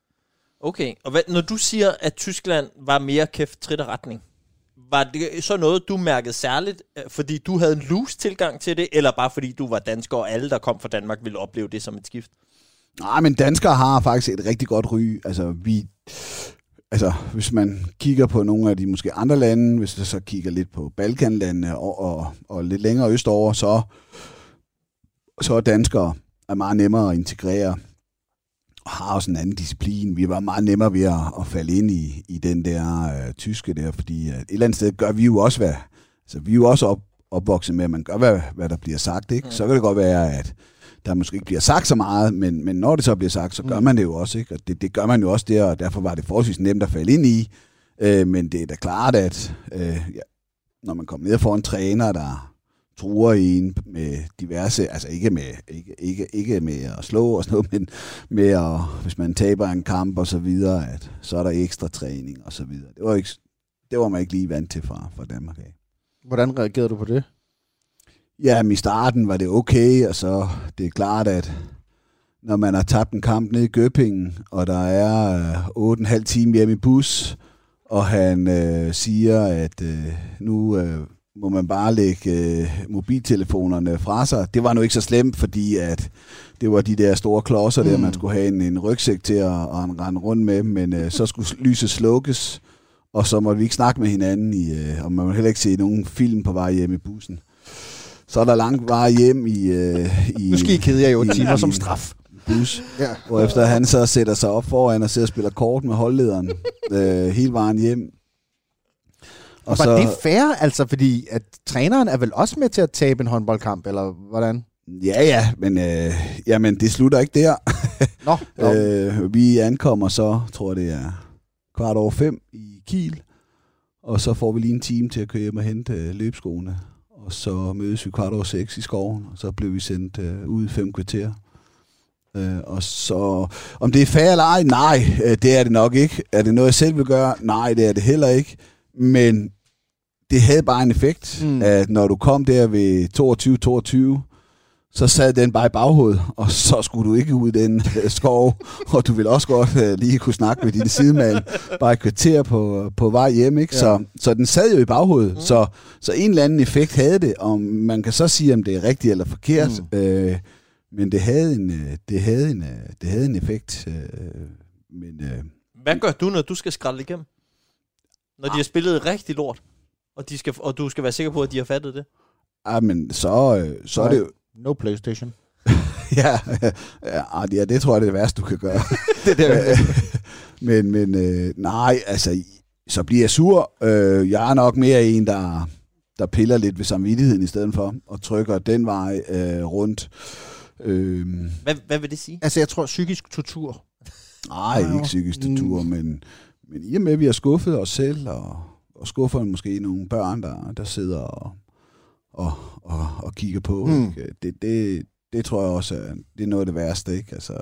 Speaker 1: Okay, og hvad, når du siger, at Tyskland var mere kæft, trit og retning, var det så noget, du mærkede særligt, fordi du havde en loose tilgang til det, eller bare fordi du var dansker, og alle, der kom fra Danmark, ville opleve det som et skift?
Speaker 3: Nej, men danskere har faktisk et rigtig godt ry. Altså, vi, altså, hvis man kigger på nogle af de måske andre lande, hvis du så kigger lidt på Balkanlandene og, og, og lidt længere østover, så, så er danskere er meget nemmere at integrere. har også en anden disciplin. Vi var meget nemmere ved at, at falde ind i, i den der øh, tyske der, fordi øh, et eller andet sted gør vi jo også, hvad, altså vi er jo også op, opvokset med, at man gør, hvad, hvad der bliver sagt, ikke? Mm. Så kan det godt være, at der måske ikke bliver sagt så meget, men, men når det så bliver sagt, så gør man det jo også, ikke? Og det, det gør man jo også der, og derfor var det forholdsvis nemt at falde ind i. Øh, men det er da klart, at øh, ja, når man kommer ned for en træner, der truer en med diverse, altså ikke med, ikke, ikke, ikke med at slå og sådan noget, men med at, hvis man taber en kamp og så videre, at så er der ekstra træning og så videre. Det var, ikke, det var man ikke lige vant til fra, fra Danmark af.
Speaker 2: Hvordan reagerede du på det?
Speaker 3: Ja, i starten var det okay, og så det er klart, at når man har tabt en kamp ned i Gøppingen, og der er otte og en halv time hjemme i bus, og han øh, siger, at øh, nu øh, må man bare lægge øh, mobiltelefonerne fra sig. Det var nu ikke så slemt, fordi at det var de der store klodser, mm. der man skulle have en, en rygsæk til at, at rende rundt med, men øh, så skulle lyset slukkes, og så måtte vi ikke snakke med hinanden, i, øh, og man må heller ikke se nogen film på vej hjem i bussen. Så er der langt vej hjem i... Øh, i
Speaker 2: nu skal I kede jer jo et timer som straf.
Speaker 3: Bus, ja. Og efter han så sætter sig op foran og sidder og spiller kort med holdlederen øh, hele vejen hjem.
Speaker 2: Og var så, det fair, altså, fordi at træneren er vel også med til at tabe en håndboldkamp, eller hvordan?
Speaker 3: Ja, ja, men øh, jamen, det slutter ikke der.
Speaker 2: Nå, nå.
Speaker 3: øh, vi ankommer så, tror det er kvart over fem i Kiel, og så får vi lige en time til at køre hjem og hente løbskoene. Og så mødes vi kvart over seks i skoven, og så blev vi sendt øh, ud i fem kvarter. Øh, og så, om det er fair eller ej, nej, øh, det er det nok ikke. Er det noget, jeg selv vil gøre? Nej, det er det heller ikke. Men det havde bare en effekt, mm. at når du kom der ved toogtyve toogtyve, så sad den bare i baghovedet, og så skulle du ikke ud i den øh, skov, og du ville også godt øh, lige kunne snakke med din sidemand, bare et kvarter på, på vej hjem, ikke? Ja. Så, så den sad jo i baghovedet, mm. så, så en eller anden effekt havde det, og man kan så sige, om det er rigtigt eller forkert, mm. øh, men det havde en, det havde en, det havde en effekt. Øh, men, øh,
Speaker 1: Hvad gør du, når du skal skralde igennem? Når de har spillet rigtig lort, og, de skal, og du skal være sikker på, at de har fattet det?
Speaker 3: Ah, men så, så er det jo...
Speaker 2: No PlayStation.
Speaker 3: ja, ja, ja, det tror jeg, det er det værste, du kan gøre. det der. men men øh, nej, altså, så bliver jeg sur. Øh, jeg er nok mere en, der, der piller lidt ved samvittigheden i stedet for, og trykker den vej øh, rundt. Øh,
Speaker 1: hvad, hvad vil det sige?
Speaker 2: Altså, jeg tror, psykisk tortur.
Speaker 3: Nej, ikke psykisk tortur, mm. men, men i og med, at vi har skuffet os selv, og, og skuffer måske nogle børn, der, der sidder og... Og, og, og kigge på. Mm. Ikke? Det, det, det tror jeg også, er, det er noget af det værste. Ikke? Altså,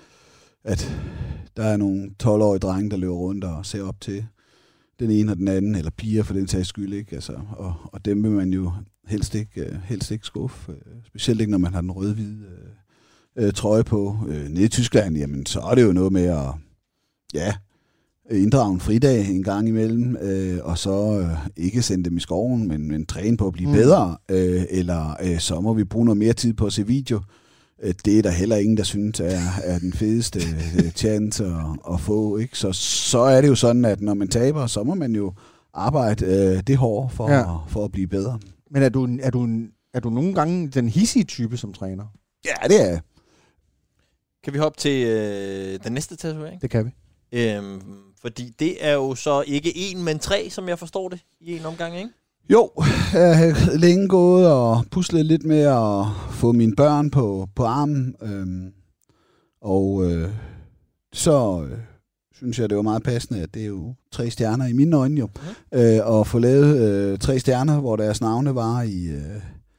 Speaker 3: at der er nogle tolv-årige drenge, der løber rundt og ser op til den ene og den anden, eller piger for den sags skyld. Ikke? Altså, og, og dem vil man jo helst ikke, helst ikke skuffe. Specielt ikke, når man har den rød-hvide øh, trøje på. Øh, nede i Tyskland, jamen, så er det jo noget med at... Ja, inddrage en fridag en gang imellem, øh, og så øh, ikke sende dem i skoven, men, men træne på at blive mm. bedre, øh, eller øh, så må vi bruge noget mere tid på at se video. Øh, det er der heller ingen, der synes er, er den fedeste øh, chance at, at få. Ikke? Så, så er det jo sådan, at når man taber, så må man jo arbejde øh, det hårdt for, ja. at, for at blive bedre.
Speaker 2: Men er du, er, du, er du nogle gange den hissige type som træner?
Speaker 3: Ja, det er jeg.
Speaker 1: Kan vi hoppe til øh, den næste tatovering?
Speaker 2: Det kan vi.
Speaker 1: Øhm, fordi det er jo så ikke en, men tre, som jeg forstår det, i en omgang, ikke?
Speaker 3: Jo, jeg har længe gået og puslet lidt med at få mine børn på, på armen. Øhm, og øh, så øh, synes jeg, det var meget passende, at det er jo tre stjerner i mine øjne jo. Mm. Øh, og få lavet øh, tre stjerner, hvor deres navne var i, øh,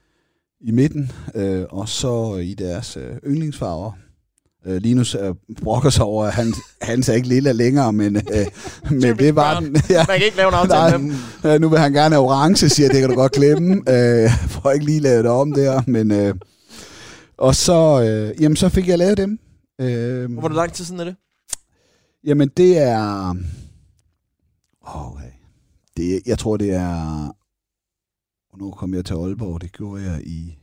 Speaker 3: i midten, øh, og så i deres øh, yndlingsfarver. Uh, Linus uh, brokker sig over, at han, han er ikke lille længere, men, uh, men det var den. Ja,
Speaker 1: man kan ikke lave en aftale med dem.
Speaker 3: Uh, nu vil han gerne have orange, siger det kan du godt glemme. Uh, får ikke lige lavet det om der, men... Uh, og så, uh, jamen, så fik jeg lavet dem. Uh,
Speaker 1: Hvor lang tid siden er det?
Speaker 3: Jamen, det er... Okay. Det, jeg tror, det er... Nu kom jeg til Aalborg, det gjorde jeg i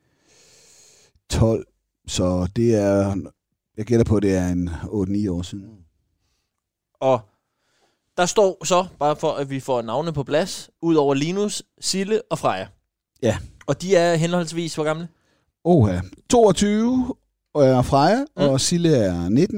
Speaker 3: tolv, så det er... Jeg gætter på, at det er en otte ni år siden.
Speaker 1: Og der står så, bare for at vi får navne på plads, ud over Linus, Sille og Freja.
Speaker 3: Ja.
Speaker 1: Og de er henholdsvis, hvor gamle?
Speaker 3: Oha. toogtyve og er Freja, mm. og Sille er nitten,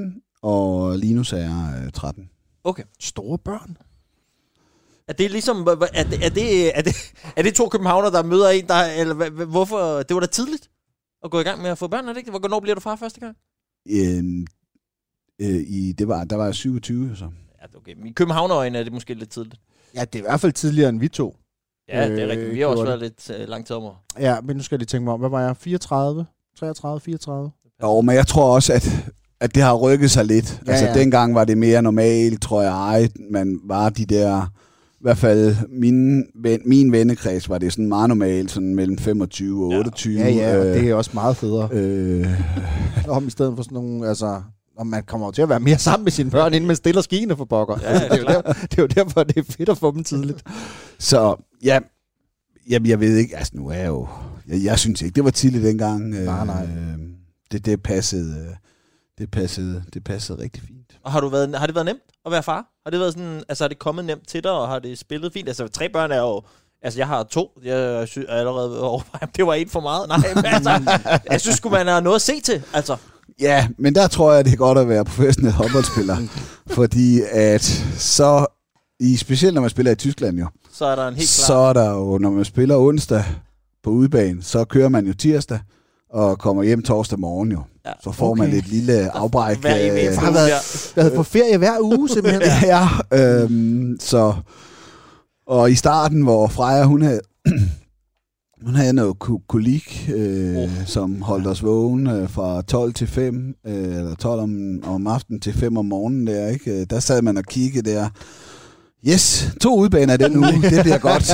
Speaker 3: og Linus er øh, tretten.
Speaker 1: Okay.
Speaker 2: Store børn.
Speaker 1: Er det ligesom, er det, er det, er det, er det to københavner, der møder en, der, eller hvorfor, det var da tidligt at gå i gang med at få børn, er det ikke? Hvornår bliver du far første gang?
Speaker 3: Øh, øh, i, det var, der var jeg syvogtyve, så.
Speaker 1: Ja, okay. I københavnerøjne er det måske lidt tidligt.
Speaker 2: Ja, det er i hvert fald tidligere end vi to.
Speaker 1: Ja, det er rigtigt. Vi har også været lidt uh, lang tid om.
Speaker 2: Ja, men nu skal jeg lige tænke mig om, hvad var jeg? fireogtredive? treogtredive, fireogtredive?
Speaker 3: Jo, men jeg tror også, at, at det har rykket sig lidt. Ja, altså, ja. Dengang var det mere normalt, tror jeg, ej, man var de der, i hvert fald min, ven, min vennekreds var det sådan meget normalt, sådan mellem femogtyve og otteogtyve.
Speaker 2: Ja, ja, og
Speaker 3: øh,
Speaker 2: det er også meget federe. Øh. Om i stedet for sådan nogle, altså... Og man kommer jo til at være mere sammen med sine børn, inden man stiller skiene for pokker. Ja, altså, det, er jo der, det er jo derfor, det er fedt at få dem tidligt.
Speaker 3: Så, ja, jeg, jeg ved ikke, altså nu er jeg jo... Jeg, jeg synes ikke, det var tidligt dengang.
Speaker 2: Nej, nej.
Speaker 3: Øh, det, det, passede, det, passede, det passede rigtig fint.
Speaker 1: Og har, du været, har det været nemt at være far? Har det været sådan, altså har det kommet nemt til dig, og har det spillet fint? Altså tre børn er jo... Altså, jeg har to. Jeg synes allerede overvejet, det var en for meget. Nej, men altså, jeg synes sgu, man har noget at se til, altså.
Speaker 3: Ja, men der tror jeg, det er godt at være professionel håndboldspiller. Fordi at så, i, specielt når man spiller i Tyskland jo,
Speaker 1: så er der en helt klar...
Speaker 3: Så er der jo, når man spiller onsdag på udebane, så kører man jo tirsdag og kommer hjem torsdag morgen jo. Ja. Så får okay. man et lille afbræk.
Speaker 2: Hver evig jeg har været, været på ferie hver uge simpelthen.
Speaker 3: ja, øhm, så... Og i starten, hvor Freja, hun havde... Hun havde noget kolik, øh, oh. som holdt os vågen øh, fra tolv til fem, øh, eller tolv om, om aftenen til fem om morgenen der, ikke? Der sad man og kiggede der. Yes, to udbaner den uge, det bliver godt.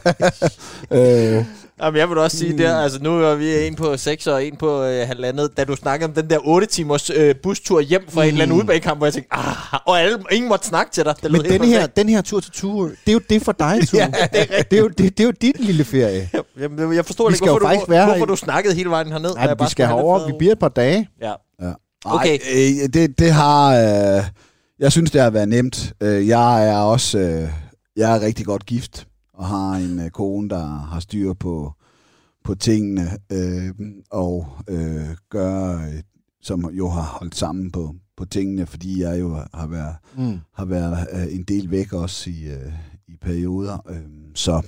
Speaker 3: øh,
Speaker 1: Jamen, jeg vil også sige der, altså nu er vi en på seks og en på øh, halvandet, da du snakkede om den der otte timers øh, bustur hjem fra mm. en eller anden udbanekamp, hvor jeg tænkte, ah, og alle, ingen måtte snakke til dig. Det
Speaker 2: Men den her, den her tur til Ture, det er jo det for dig, Ture. Ja, det, er det, er jo, det, det er jo dit lille ferie.
Speaker 1: Jamen, jeg forstår ikke, hvorfor, du, hvor, hvorfor du snakkede hele vejen herned.
Speaker 2: Nej, vi skal herover, vi bliver et par dage.
Speaker 1: Ja.
Speaker 3: ja. Okay. Ej, øh, det, det har, øh, jeg synes, det har været nemt. Jeg er også, øh, jeg er rigtig godt gift, og har en øh, kone, der har styr på på tingene, øh, og øh, gør, øh, som jo har holdt sammen på, på tingene, fordi jeg jo har været, mm. har været øh, en del væk også i, øh, i perioder. Øh, så,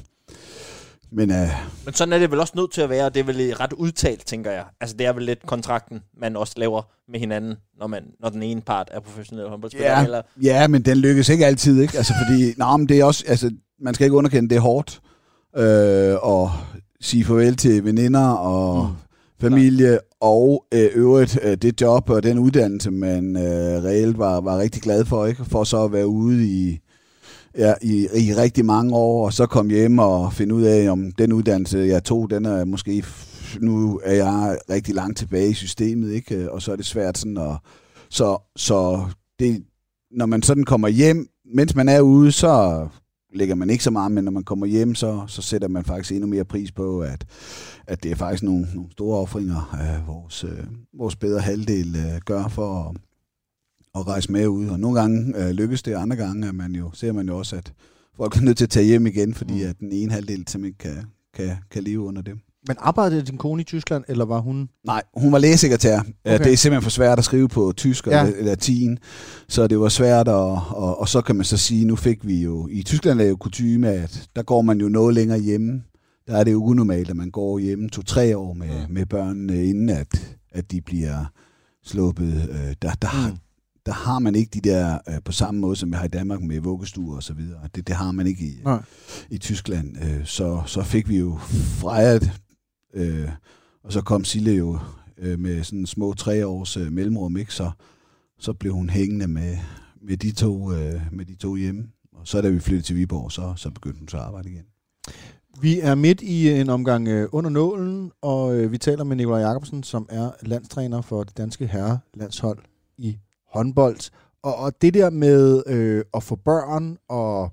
Speaker 3: men, øh,
Speaker 1: men sådan er det vel også nødt til at være, og det er vel ret udtalt, tænker jeg. Altså det er vel lidt kontrakten, man også laver med hinanden, når, man, når den ene part er professionel håndboldspiller.
Speaker 3: Ja,
Speaker 1: eller?
Speaker 3: ja, men den lykkes ikke altid, ikke? Altså fordi, nej, men det er også, altså, man skal ikke underkende, det er hårdt, øh, og sige farvel til veninder og mm. familie, klar. Og øh, øvrigt øh, det job og den uddannelse, man øh, reelt var, var rigtig glad for, ikke? For så at være ude i, ja, i, i rigtig mange år, og så komme hjem og finde ud af, om den uddannelse, jeg tog, den er måske, nu er jeg rigtig langt tilbage i systemet, ikke? Og så er det svært sådan at, så, så det, når man sådan kommer hjem, mens man er ude, så lægger man ikke så meget, men når man kommer hjem, så, så sætter man faktisk endnu mere pris på, at, at det er faktisk nogle, nogle store offringer, øh, vores, øh, vores bedre halvdel øh, gør for at, at rejse med ud. Og nogle gange øh, lykkes det, andre gange er man jo, ser man jo også, at folk er nødt til at tage hjem igen, fordi at den ene halvdel simpelthen kan, kan, kan leve under det.
Speaker 2: Men arbejdede din kone i Tyskland, eller var hun?
Speaker 3: Nej, hun var lægesekretær. Okay. Det er simpelthen for svært at skrive på tysk ja. eller latin, så det var svært, og, og, og så kan man så sige, nu fik vi jo, i Tyskland er jo kutyme, at der går man jo noget længere hjemme. Der er det jo unormalt, at man går hjemme to-tre år med, ja. med børnene, inden at, at de bliver sluppet. Der, der, mm. der har man ikke de der, på samme måde som vi har i Danmark med vuggestuer og så videre. Det, det har man ikke i, i Tyskland. Så, så fik vi jo fejret. Øh, og så kom Sille jo øh, med sådan små tre års øh, mellemrum, ikke? Så, så blev hun hængende med, med, de to, øh, med de to hjemme. Og så da vi flyttede til Viborg, så, så begyndte hun så at arbejde igen.
Speaker 2: Vi er midt i en omgang øh, under nålen, og øh, vi taler med Nikolaj Jacobsen, som er landstræner for det danske herrelandshold i håndbold. Og, og det der med øh, at få børn og...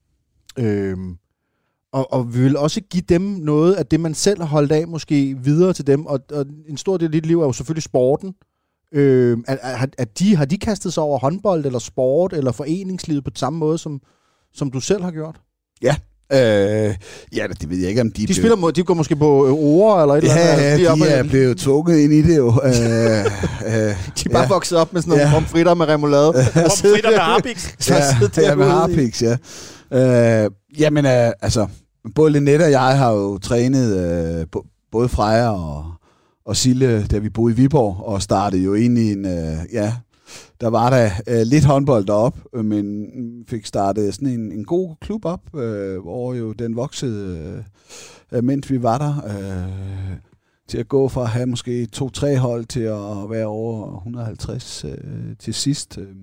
Speaker 2: Øh, Og, og vi vil også give dem noget af det, man selv har holdt af, måske videre til dem. Og, og en stor del af dit liv er jo selvfølgelig sporten. Øh, er, er, er de, har de kastet sig over håndbold, eller sport, eller foreningslivet på samme måde, som, som du selv har gjort?
Speaker 3: Ja, Øh, ja, det ved jeg ikke, om de...
Speaker 2: De, blev... spiller, de går måske på ord eller et
Speaker 3: ja,
Speaker 2: eller andet.
Speaker 3: Ja, de, de er blevet tvunget ind i det jo. øh, øh,
Speaker 2: de er bare
Speaker 3: ja.
Speaker 2: vokset op med sådan nogle ja. pomfritter med remoulade.
Speaker 1: Pomfritter med harpiks.
Speaker 3: Ja, ja, med harpiks, ja. Øh, jamen, øh, altså, både Linette og jeg har jo trænet øh, både Freja og, og Sille, da vi boede i Viborg, og startede jo ind i en... Øh, ja, der var der øh, lidt håndbold derop, men fik startet sådan en, en god klub op, øh, hvor jo den voksede, øh, mens vi var der, øh, til at gå fra at have måske to-tre hold til at være over et hundrede og halvtreds øh, til sidst. Øh,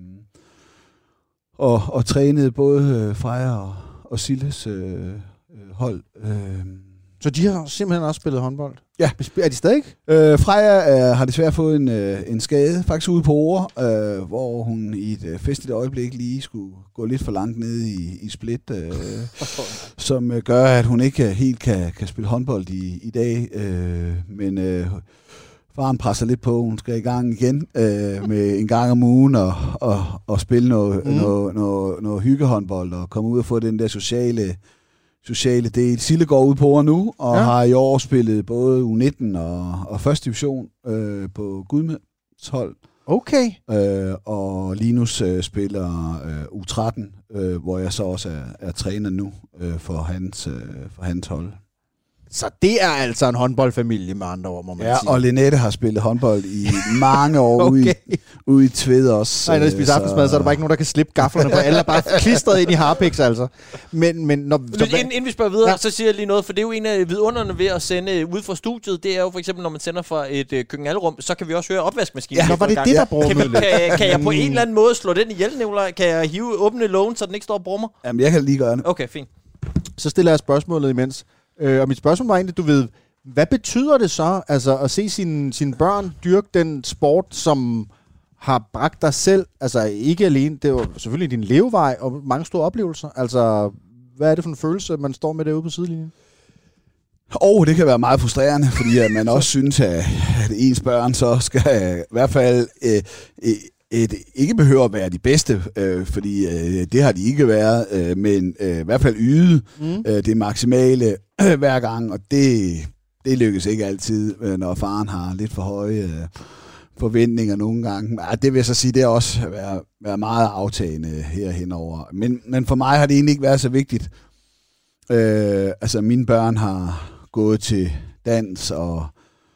Speaker 3: og, og trænede både øh, Freja og, og Silles øh, hold. Øh,
Speaker 2: Så de har simpelthen også spillet håndbold?
Speaker 3: Ja.
Speaker 2: Er de stadig?
Speaker 3: Øh, Freja øh, har desværre fået en, øh, en skade, faktisk ude på Ore, øh, hvor hun i et øh, festligt øjeblik lige skulle gå lidt for langt ned i, i split, øh, som øh, gør, at hun ikke helt kan, kan spille håndbold i, i dag. Øh, men øh, faren presser lidt på, hun skal i gang igen øh, med en gang om ugen og, og, og spille noget, mm. noget, noget, noget hyggehåndbold og komme ud og få den der sociale... sociale del. Sille går ud på år nu, og ja. har i år spillet både U nitten og, og første division øh, på Gudmeds hold.
Speaker 2: Okay.
Speaker 3: Øh, og Linus øh, spiller øh, U tretten, øh, hvor jeg så også er, er træner nu øh, for, hans, øh, for hans hold.
Speaker 2: Så det er altså en håndboldfamilie med andre ord, må man
Speaker 3: ja,
Speaker 2: sige.
Speaker 3: Og Linette har spillet håndbold i mange år okay. ude, i, ude i Tved også.
Speaker 2: Nej, når de spiser aftensmad, så er der bare ikke nogen, der kan slippe gaflerne på. Alle er bare klistret ind i harpiks, altså. Men, men når,
Speaker 1: så, inden, inden vi spørger videre, ja. så siger jeg lige noget, for det er jo en af vidunderne ved at sende ud fra studiet. Det er jo for eksempel, når man sender fra et øh, køkkenalrum, så kan vi også høre opvaskemaskinen.
Speaker 2: Ja, var det det, der bruger
Speaker 1: kan, kan, kan jeg på en eller anden måde slå den ihjel, Nicolaj? Kan jeg hive åbne lågen, så den ikke står og brummer?
Speaker 3: Jamen, jeg kan lige gøre det.
Speaker 1: Okay, fint.
Speaker 2: Så stiller jeg spørgsmålet imens. Øh, og mit spørgsmål var egentlig, du ved, hvad betyder det så, altså at se sine, sine børn dyrke den sport, som har bragt dig selv, altså ikke alene, det er jo selvfølgelig din levevej og mange store oplevelser, altså hvad er det for en følelse, man står med derude på sidelinjen?
Speaker 3: Og oh, det kan være meget frustrerende, fordi at man også synes, at, at ens børn så skal i hvert fald øh, øh, et, ikke behøver at være de bedste, øh, fordi øh, det har de ikke været, øh, men øh, i hvert fald yde mm. øh, det maksimale øh, hver gang, og det, det lykkes ikke altid, øh, når faren har lidt for høje øh, forventninger nogle gange. Ja, det vil jeg så sige, det er også været, været meget aftagende herhenover. Men, men for mig har det egentlig ikke været så vigtigt. Øh, altså mine børn har gået til dans og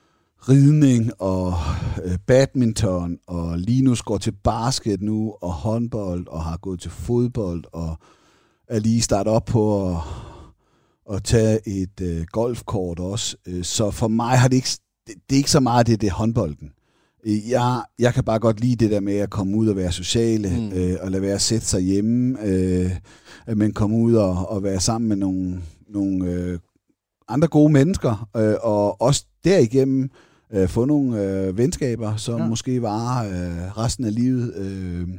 Speaker 3: ridning og øh, badminton, og Linus går til basket nu, og håndbold, og har gået til fodbold, og er lige startet op på at, at tage et øh, golfkort også. Så for mig har det ikke, det, det er ikke så meget det, det er håndbolden. Jeg, jeg kan bare godt lide det der med at komme ud og være sociale, mm. øh, og lade være at sætte sig hjemme, øh, men komme ud og, og være sammen med nogle, nogle øh, andre gode mennesker, øh, og også derigennem øh, få nogle øh, venskaber, som ja. måske varer øh, resten af livet. Øh.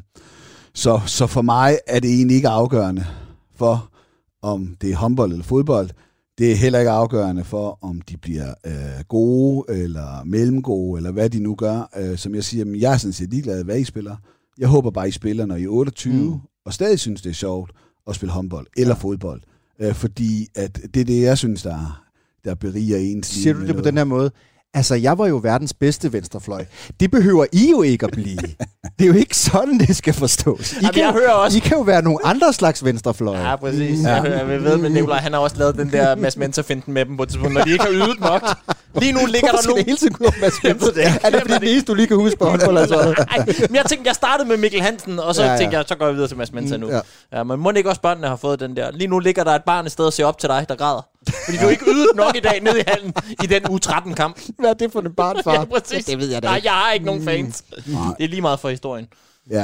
Speaker 3: Så, så for mig er det egentlig ikke afgørende for, om det er håndbold eller fodbold. Det er heller ikke afgørende for, om de bliver øh, gode eller mellemgode, eller hvad de nu gør. Øh, som jeg siger, men jeg er sådan set ligeglad, hvad I spiller. Jeg håber bare, I spiller, når I er otteogtyve, mm. og stadig synes, det er sjovt at spille håndbold eller ja. fodbold. Øh, fordi at det er det, jeg synes, der, der beriger ens liv.
Speaker 2: Siger du det på den her måde? Altså, jeg var jo verdens bedste venstrefløj. Det behøver I jo ikke at blive. Det er jo ikke sådan, det skal forstås. I,
Speaker 1: Jamen,
Speaker 2: kan,
Speaker 1: jeg hører også...
Speaker 2: I kan jo være nogle andre slags venstrefløje.
Speaker 1: Ja, præcis. Ja. Jeg, hører, jeg ved, men Nicolaj, han har også lavet den der Mads Menser-finten med dem på et tidspunkt, når de ikke har ydet nok. Lige nu ligger der nogen...
Speaker 2: hele tiden gå Mads Menser? Det. Er det fordi det eneste, du lige kan huske på håndboldlandsholdet?
Speaker 1: Nej, men jeg tænkte, jeg startede med Mikkel Hansen, og så ja, ja. tænkte jeg, så går jeg videre til Mads Menser nu. Ja. Ja, men må ikke også børnene har fået den der? Lige nu ligger der et barn et sted og ser op til dig, der græder. Fordi du ikke ydet nok i dag nede i hallen i den U tretten-kamp.
Speaker 2: Hvad er det for en barn, far?
Speaker 1: Ja, præcis.
Speaker 2: Det ved jeg da
Speaker 1: ikke. Nej, jeg har ikke
Speaker 2: mm.
Speaker 1: nogen fans. Mm. Det er lige meget for historien.
Speaker 3: Ja.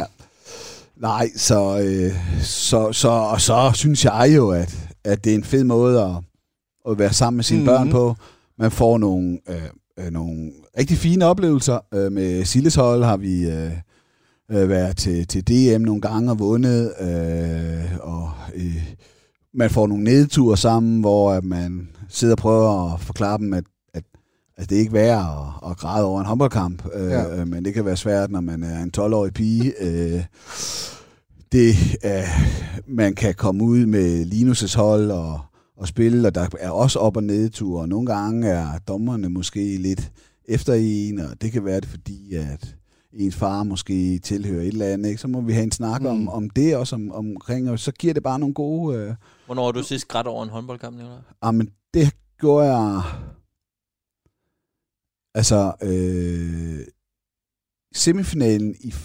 Speaker 3: Nej, så, øh, så, så, og så synes jeg jo, at, at det er en fed måde at, at være sammen med sine mm. børn på. Man får nogle, øh, nogle rigtig fine oplevelser. Øh, med Silles hold har vi øh, øh, været til, til D M nogle gange og vundet. Øh, og øh, man får nogle nedture sammen, hvor man sidder og prøver at forklare dem, at Altså, det er ikke værd at, at græde over en håndboldkamp, øh, ja. men det kan være svært, når man er en tolv-årig pige. Øh, det, øh, man kan komme ud med Linus' hold og, at spille, og der er også op- og nedture, og nogle gange er dommerne måske lidt efter en, og det kan være det, fordi at ens far måske tilhører et eller andet, ikke? Så må vi have en snak mm. om, om det også om, omkring, og så giver det bare nogle gode... Øh,
Speaker 1: Hvornår har du sidst grædt over en håndboldkamp, eller?
Speaker 3: Jamen, det gjorde jeg... Altså, øh, semifinalen i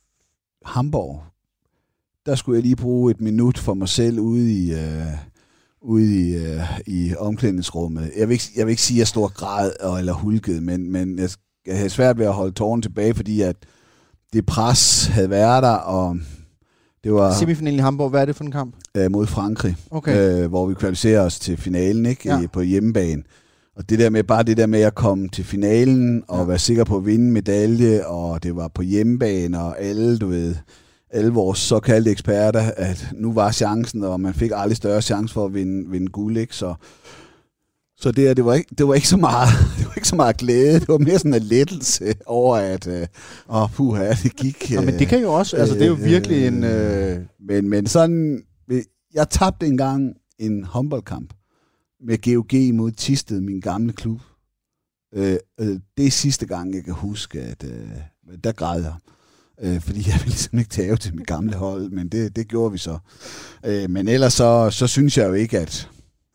Speaker 3: Hamburg, der skulle jeg lige bruge et minut for mig selv ude i, øh, ude i, øh, i omklædningsrummet. Jeg vil ikke, jeg vil ikke sige, at jeg stod græd eller hulkede, men, men jeg, jeg havde svært ved at holde tårerne tilbage, fordi at det pres havde været der, og det var...
Speaker 2: Semifinalen i Hamburg, hvad er det for en kamp?
Speaker 3: Øh, mod Frankrig,
Speaker 2: okay.
Speaker 3: øh, hvor vi kvalificerer os til finalen, ikke?
Speaker 2: Ja.
Speaker 3: I, på hjemmebane. Og det der med, bare det der med at komme til finalen, og ja. være sikker på at vinde medalje, og det var på hjemmebane, og alle, du ved, alle vores såkaldte eksperter, at nu var chancen, og man fik aldrig større chance for at vinde, vinde guld, ikke? Så, så det, det, var ikke, det var ikke så meget, det var ikke så meget glæde, det var mere sådan en lettelse over, at øh, åh, puha, det gik.
Speaker 2: Nå, men det kan jo også, altså det er jo virkelig en... Øh...
Speaker 3: Men, men sådan, jeg tabte engang en håndboldkamp med G O G mod Thisted, min gamle klub. Øh, øh, det er sidste gang, jeg kan huske, at øh, der græd jeg. Øh, fordi jeg ville ligesom ikke tage til mit gamle hold, men det, det gjorde vi så. Øh, men ellers så, så synes jeg jo ikke, at,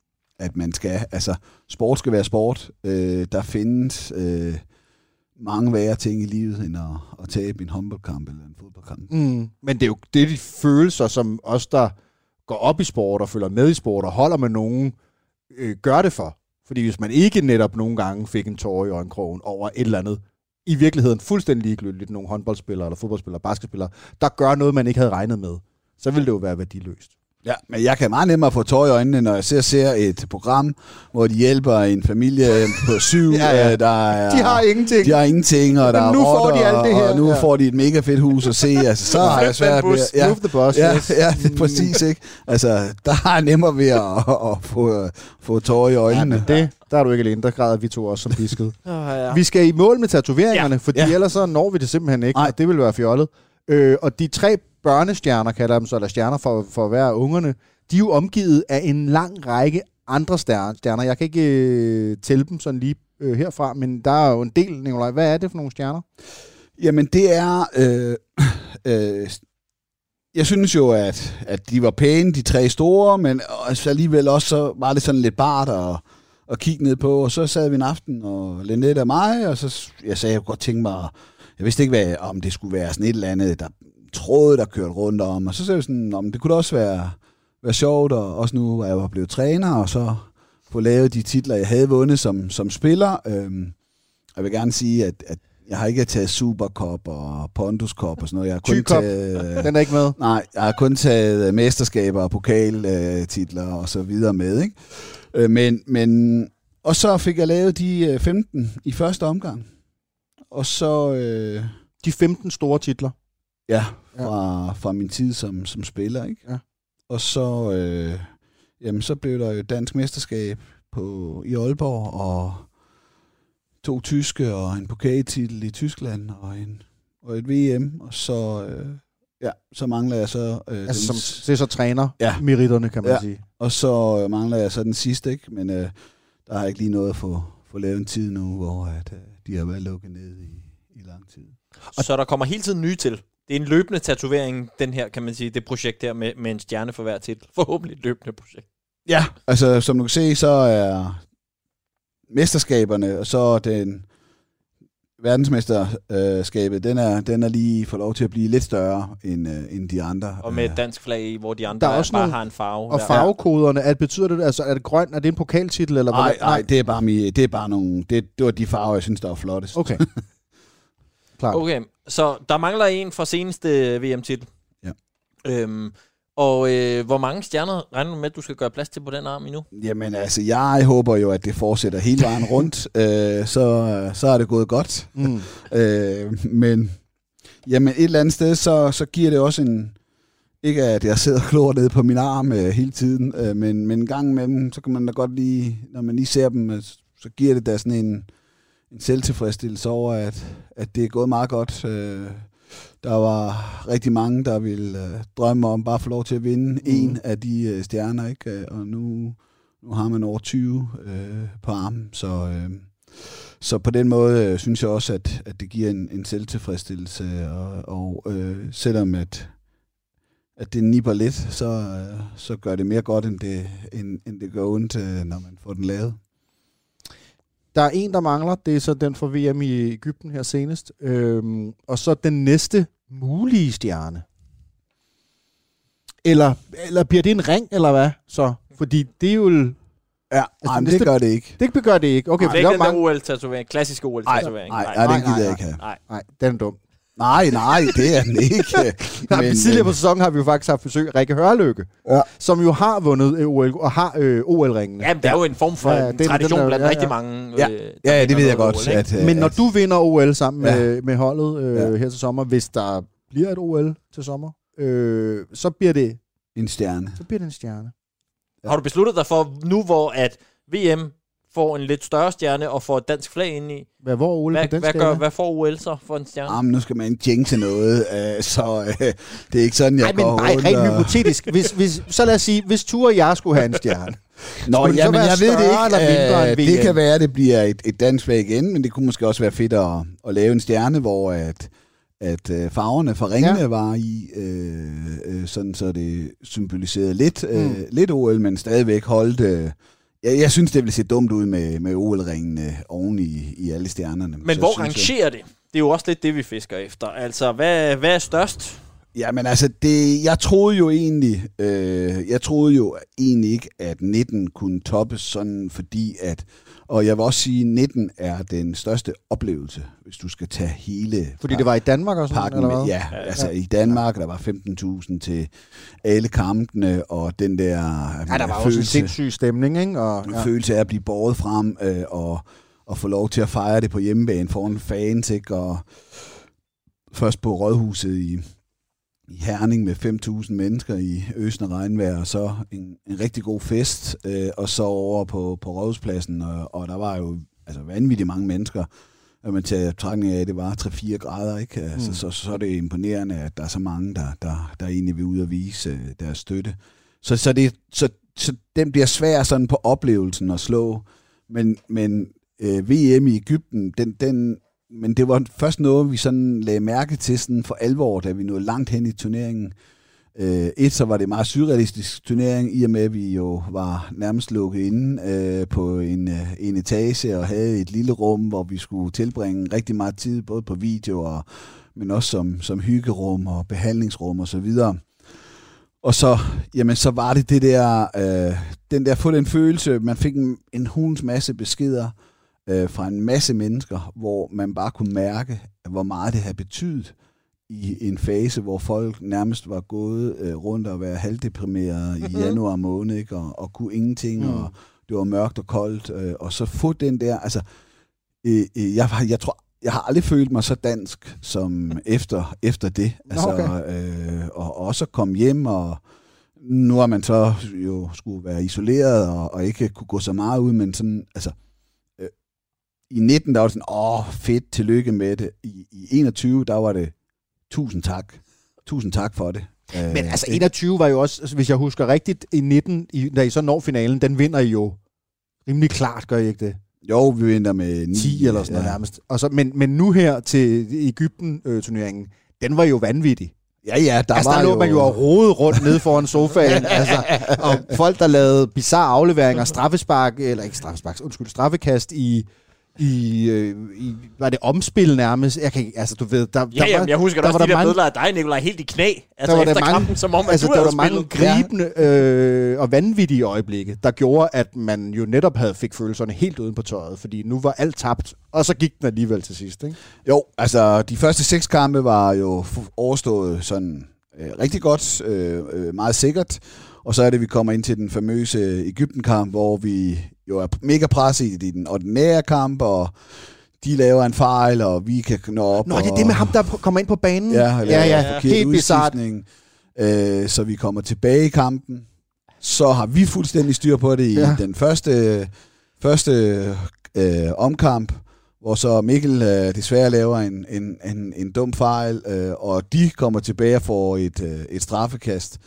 Speaker 3: at man skal... Altså, sport skal være sport. Øh, der findes øh, mange værre ting i livet, end at, at tabe en håndboldkamp eller en fodboldkamp.
Speaker 2: Mm, men det er jo det er de følelser, som os, der går op i sport og følger med i sport og holder med nogen, øh, gør det for. Fordi hvis man ikke netop nogle gange fik en tår i øjenkrogen over et eller andet, i virkeligheden fuldstændig ligegyldigt, nogle håndboldspillere eller fodboldspillere, basketspillere, der gør noget, man ikke havde regnet med, så ville det jo være værdiløst.
Speaker 3: Ja, men jeg kan meget nemmere få tår i øjnene, når jeg ser, ser et program, hvor de hjælper en familie på syv, ja, ja. Der er,
Speaker 2: de har ingenting.
Speaker 3: De har ingenting, og der er
Speaker 2: nu får de alt det her,
Speaker 3: og nu
Speaker 2: ja.
Speaker 3: får de et mega fedt hus at se. Altså, så har jeg svært ved...
Speaker 2: Ja, move the bus.
Speaker 3: Ja, ja, det er præcis, ikke? Altså, der har jeg nemmere ved at, at, at få, få tår i øjnene.
Speaker 2: Ja, det, der er du ikke alene, der græder vi to også som pisket.
Speaker 1: ja, ja.
Speaker 2: Vi skal i mål med tatoveringerne, ja. fordi
Speaker 3: ja.
Speaker 2: ellers så når vi det simpelthen ikke,
Speaker 3: Nej.
Speaker 2: og det vil være fjollet. Øh, og de tre børnestjerner, kalder dem så, eller stjerner for, for hver ungerne, de er jo omgivet af en lang række andre stjerner. Jeg kan ikke øh, tælle dem sådan lige øh, herfra, men der er jo en del, Nikolaj. Hvad er det for nogle stjerner?
Speaker 3: Jamen, det er... Øh, øh, jeg synes jo, at, at de var pæne, de tre store, men altså alligevel også så var det sådan lidt bart at, at kigge ned på. Og så sad vi en aften, og Lynette og mig, og så jeg sagde, jeg kunne godt tænke mig... Jeg vidste ikke, hvad, om det skulle være sådan et eller andet, der tråd, der kørte rundt om. Og så sagde jeg sådan, om det kunne da også være... være sjovt, og også nu er jeg jo blevet træner, og så få lavet de titler, jeg havde vundet som, som spiller. Øhm, jeg vil gerne sige, at, at jeg har ikke taget Supercup og Pondus Cup og sådan noget. Jeg har kun taget,
Speaker 2: den er ikke med?
Speaker 3: Nej, jeg har kun taget mesterskaber og pokaltitler og så videre med. Ikke? Øh, men, men, og så fik jeg lavet de femten i første omgang. Og så... Øh,
Speaker 2: de femten store titler?
Speaker 3: Ja, fra, fra min tid som, som spiller, ikke?
Speaker 2: Ja.
Speaker 3: Og så, øh, jamen, så blev der jo dansk mesterskab på, i Aalborg, og to tyske, og en pokaltitel i Tyskland, og, en, og et V M, og så, øh, ja, så mangler jeg så... Øh,
Speaker 2: altså,
Speaker 3: den,
Speaker 2: som, det er så træner,
Speaker 3: ja.
Speaker 2: meritterne, kan man
Speaker 3: ja.
Speaker 2: sige.
Speaker 3: Og så mangler jeg så den sidste, ikke? Men øh, der har jeg ikke lige noget at få, få lavet en tid nu, hvor at, øh, de har været lukket ned i, i lang tid.
Speaker 1: Og så der kommer hele tiden nye til. Det er en løbende tatovering, den her, kan man sige, det projekt her med, med en stjerne for hver titel. Forhåbentlig et løbende projekt.
Speaker 3: Ja, altså som du kan se, så er mesterskaberne, og så den verdensmesterskabet, den er, den er lige for lov til at blive lidt større end, øh, end de andre.
Speaker 1: Og med et dansk flag i, hvor de andre
Speaker 2: der er også
Speaker 1: bare
Speaker 2: nogle,
Speaker 1: har en farve.
Speaker 2: Og farvekoderne, er, betyder det, altså er det grøn, er det en pokaltitel? Eller
Speaker 3: nej, nej, det er bare, det er bare nogle, det, det var de farver, jeg synes, der var flottest.
Speaker 2: Okay. Klart.
Speaker 1: Okay, så der mangler en fra seneste V M-titel.
Speaker 3: Ja.
Speaker 1: Øhm, og øh, hvor mange stjerner regner du med, at du skal gøre plads til på den arm endnu?
Speaker 3: Jamen altså, jeg håber jo, at det fortsætter hele vejen rundt. øh, så, så er det gået godt. Mm. øh, men jamen, et eller andet sted, så, så giver det også en... Ikke at jeg sidder og klor ned på min arm øh, hele tiden, øh, men, men en gang imellem, så kan man da godt lige... Når man lige ser dem, så giver det da sådan en... en selvtilfredsstillelse over, at, at det er gået meget godt. Øh, der var rigtig mange, der ville øh, drømme om bare at få lov til at vinde mm. en af de øh, stjerner, ikke? Og nu, Nu har man over tyve øh, på armen, så, øh, så på den måde øh, synes jeg også, at, at det giver en, en selvtilfredsstillelse, og, og øh, selvom at, at det nipper lidt, så, øh, så gør det mere godt, end det, end, end det gør ondt, øh, når man får den lavet.
Speaker 2: Der er en, der mangler. Det er så den for V M i Egypten her senest. Øhm, og så den næste mulige stjerne. Eller, eller bliver det en ring, eller hvad? Så, fordi det er jo...
Speaker 3: Ja, altså, nej, det gør det ikke.
Speaker 2: Det gør det ikke. Okay,
Speaker 1: det er ikke den mange... der O L-tatovering, klassiske O L-tatovering.
Speaker 3: Nej, nej, nej, den gider jeg ikke have.
Speaker 2: Nej, nej, den er dum.
Speaker 3: Nej, nej, det er den ikke.
Speaker 2: Men, men tidligere på sæsonen har vi jo faktisk haft besøg Rikke Hørlykke, ja. som jo har vundet O L og har øh, O L-ringene.
Speaker 1: Jamen, det er jo en form for ja, en den, tradition den der, blandt ja, ja. rigtig mange.
Speaker 3: Ja, øh, ja, ja det ved jeg godt. At,
Speaker 2: at, men når du vinder O L sammen ja. med, med holdet øh, ja. her til sommer, hvis der bliver et O L til sommer, øh, så bliver det
Speaker 3: en stjerne.
Speaker 2: Så bliver det en stjerne.
Speaker 1: Ja. Har du besluttet dig for nu, hvor at V M får en lidt større stjerne og får et dansk flag indeni?
Speaker 2: Hvad, hvor O L
Speaker 1: hvad,
Speaker 2: på den
Speaker 1: hvad, gør, hvad får O L så for en stjerne?
Speaker 3: Jamen, nu skal man ikke jinxe noget, øh, så øh, det er ikke sådan, jeg
Speaker 2: nej,
Speaker 3: går
Speaker 2: men, nej, rent og... hypotetisk. Hvis, hvis, så lad os sige, hvis Ture og jeg skulle have en stjerne.
Speaker 3: Nå, ja, men jeg ved det ikke.
Speaker 2: Øh,
Speaker 3: det kan være, at det bliver et, et dansk flag igen, men det kunne måske også være fedt at, at lave en stjerne, hvor at, at øh, farverne fra ringene ja. var i, øh, øh, sådan så det symboliserede lidt, øh, mm. lidt O L, men stadigvæk holdt... Øh, Jeg, jeg synes, det ville se dumt ud med, med O L-ringene oven i, i alle stjernerne.
Speaker 1: Men så hvor rangerer jeg... det? Det er jo også lidt det, vi fisker efter. Altså, hvad, hvad er størst?
Speaker 3: Jamen altså, det, jeg troede jo egentlig, øh, jeg troede jo egentlig ikke, at nitten kunne toppes sådan, fordi at, og jeg vil også sige, at nitten er den største oplevelse, hvis du skal tage hele...
Speaker 2: Fordi det var i Danmark og sådan, eller hvad?
Speaker 3: Ja, ja, altså ja. i Danmark, der var femten tusind til alle kampene, og den der...
Speaker 2: Ja, der var følelse, også en sindssyg stemning, ikke? Og,
Speaker 3: ja. følelse af at blive båret frem, øh, og, og få lov til at fejre det på hjemmebane foran fans, ikke? Og først på Rådhuset i... i Herning med fem tusind mennesker i øsende regnvejr, og så en, en rigtig god fest, øh, og så over på, på Rådhuspladsen, og, og der var jo altså vanvittigt mange mennesker, og man tager betragtning af, at det var tre til fire grader, ikke? Altså, mm. så, så er det imponerende, at der er så mange, der, der, der egentlig vil ud og vise øh, deres støtte. Så, så, det, så, så den bliver svær sådan på oplevelsen at slå, men, men øh, V M i Egypten, den... den men det var først noget, vi sådan lagde mærke til sådan for alvor, da vi nåede langt hen i turneringen. Øh, et, så var det en meget surrealistisk turnering, i og med, at vi jo var nærmest lukket inde øh, på en, øh, en etage og havde et lille rum, hvor vi skulle tilbringe rigtig meget tid, både på video, og, men også som, som hyggerum og behandlingsrum og så videre. Og så, jamen, så var det det der, øh, den der, få den følelse, man fik en, en hulens masse beskeder, Øh, fra en masse mennesker, hvor man bare kunne mærke, hvor meget det havde betydet i en fase, hvor folk nærmest var gået øh, rundt og været halvdeprimeret i januar måned, ikke? Og, og kunne ingenting, mm. og det var mørkt og koldt, øh, og så få den der, altså, øh, øh, jeg, jeg tror, jeg har aldrig følt mig så dansk som efter, efter det, altså, okay. øh, og også komme hjem, og nu har man så jo skulle være isoleret, og, og ikke kunne gå så meget ud, men sådan, altså, i nitten, der var det sådan, åh, fedt, tillykke med det. I, i enogtyve, der var det, tusind tak. Tusind tak for det.
Speaker 2: Men uh, altså, enogtyve var jo også, hvis jeg husker rigtigt, i nitten, i, da I så når finalen, den vinder I jo rimelig klart, gør I ikke det?
Speaker 3: Jo, vi vinder med ni.
Speaker 2: ti eller sådan noget ja. nærmest. Og så, men, men nu her til Egypten-turneringen, øh, den var jo vanvittig.
Speaker 3: Ja, ja, der
Speaker 2: altså,
Speaker 3: var
Speaker 2: der lå
Speaker 3: jo...
Speaker 2: man jo og rode rundt nede foran sofaen, altså, og folk, der lavede bizarre afleveringer, straffespark, eller ikke straffespark, undskyld, straffekast i... I, øh, i, var det omspil nærmest? Jeg kan altså du ved, der,
Speaker 1: ja,
Speaker 2: der
Speaker 1: jamen,
Speaker 2: var,
Speaker 1: jeg husker
Speaker 2: der
Speaker 1: også
Speaker 2: var
Speaker 1: de der
Speaker 2: mange,
Speaker 1: billeder af dig, Nikolaj, helt i knæ. Altså
Speaker 2: der
Speaker 1: efter
Speaker 2: mange,
Speaker 1: kampen, som om, at
Speaker 2: altså,
Speaker 1: du
Speaker 2: der
Speaker 1: havde
Speaker 2: var mange gribende øh, og vanvittige øjeblikke, der gjorde, at man jo netop havde fik følelserne helt uden på tøjet, fordi nu var alt tabt, og så gik den alligevel til sidst, ikke?
Speaker 3: Jo, altså de første seks kampe var jo overstået sådan øh, rigtig godt, øh, meget sikkert, og så er det, vi kommer ind til den famøse Egypten-kamp, hvor vi jo er mega presset i den ordinære kamp, og de laver en fejl, og vi kan nå op.
Speaker 2: Nå, det er det med ham, der kommer ind på banen?
Speaker 3: Ja,
Speaker 2: ja, ja. Helt bizarrt.
Speaker 3: Øh, så vi kommer tilbage i kampen. Så har vi fuldstændig styr på det i ja. den første, første øh, omkamp, hvor så Mikkel øh, desværre laver en, en, en, en dum fejl, øh, og de kommer tilbage og får et, øh, et straffekast,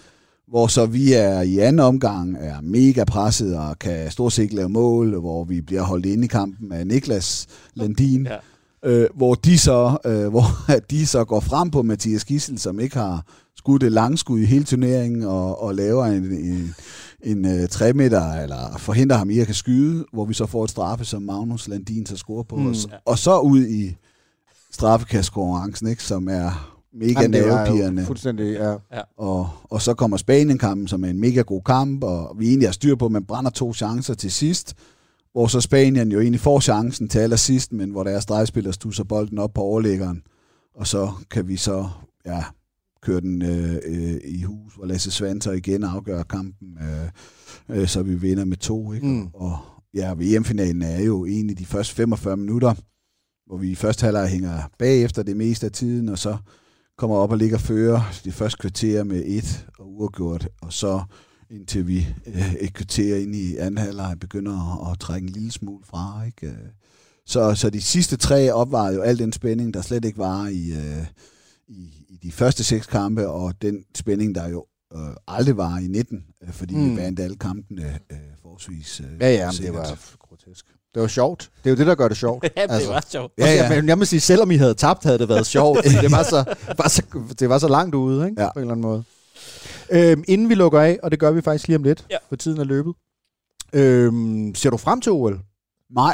Speaker 3: hvor så vi er i anden omgang, er mega presset og kan stort set ikke lave mål, hvor vi bliver holdt inde i kampen af Niklas Landin, ja. øh, hvor, de så, øh, hvor de så går frem på Mathias Gissel, som ikke har skudt et langskud i hele turneringen, og, og laver en, en, en, en tre meter, eller forhindrer ham i at kan skyde, hvor vi så får et straffe, som Magnus Landin så scorer på mm. os. Og så ud i straffekastkonkurrencen, ikke, som er mega nervepirrende.
Speaker 2: Fuldstændig, ja. ja.
Speaker 3: Og, og så kommer Spanien-kampen, som er en mega god kamp, og vi egentlig har styr på, at man brænder to chancer til sidst, hvor så Spanien jo egentlig får chancen til allersidst, men hvor deres stregspiller stusser bolden op på overlæggeren, og så kan vi så ja, køre den øh, øh, i hus, hvor Lasse Svanter igen afgør kampen, øh, øh, så vi vinder med to. Ikke? Mm. Og ja, V M-finalen er jo egentlig de første femogfyrre minutter, hvor vi i første halvleg hænger bagefter det meste af tiden, og så kommer op og ligger fører de første kvarter med et og uafgjort, og så indtil vi øh, et kvarter ind i anden halvleg begynder at, at trække en lille smule fra. Ikke? Så, så de sidste tre opvejede jo al den spænding, der slet ikke var i, øh, i, i de første seks kampe, og den spænding, der jo øh, aldrig var i nitten, øh, fordi mm. vi vandt alle kampene øh, forholdsvis. Øh,
Speaker 2: ja, ja, det var grotesk. Det var sjovt. Det er jo det, der gør det sjovt.
Speaker 1: Ja, det altså, var sjovt.
Speaker 2: Ja, ja. Men jeg må sige, selvom I havde tabt, havde det været sjovt. det, var så, var så, det var så langt ude, ikke? Ja. På en eller anden måde. Øhm, inden vi lukker af, og det gør vi faktisk lige om lidt, ja. For tiden er løbet. Øhm, ser du frem til O L?
Speaker 3: Nej.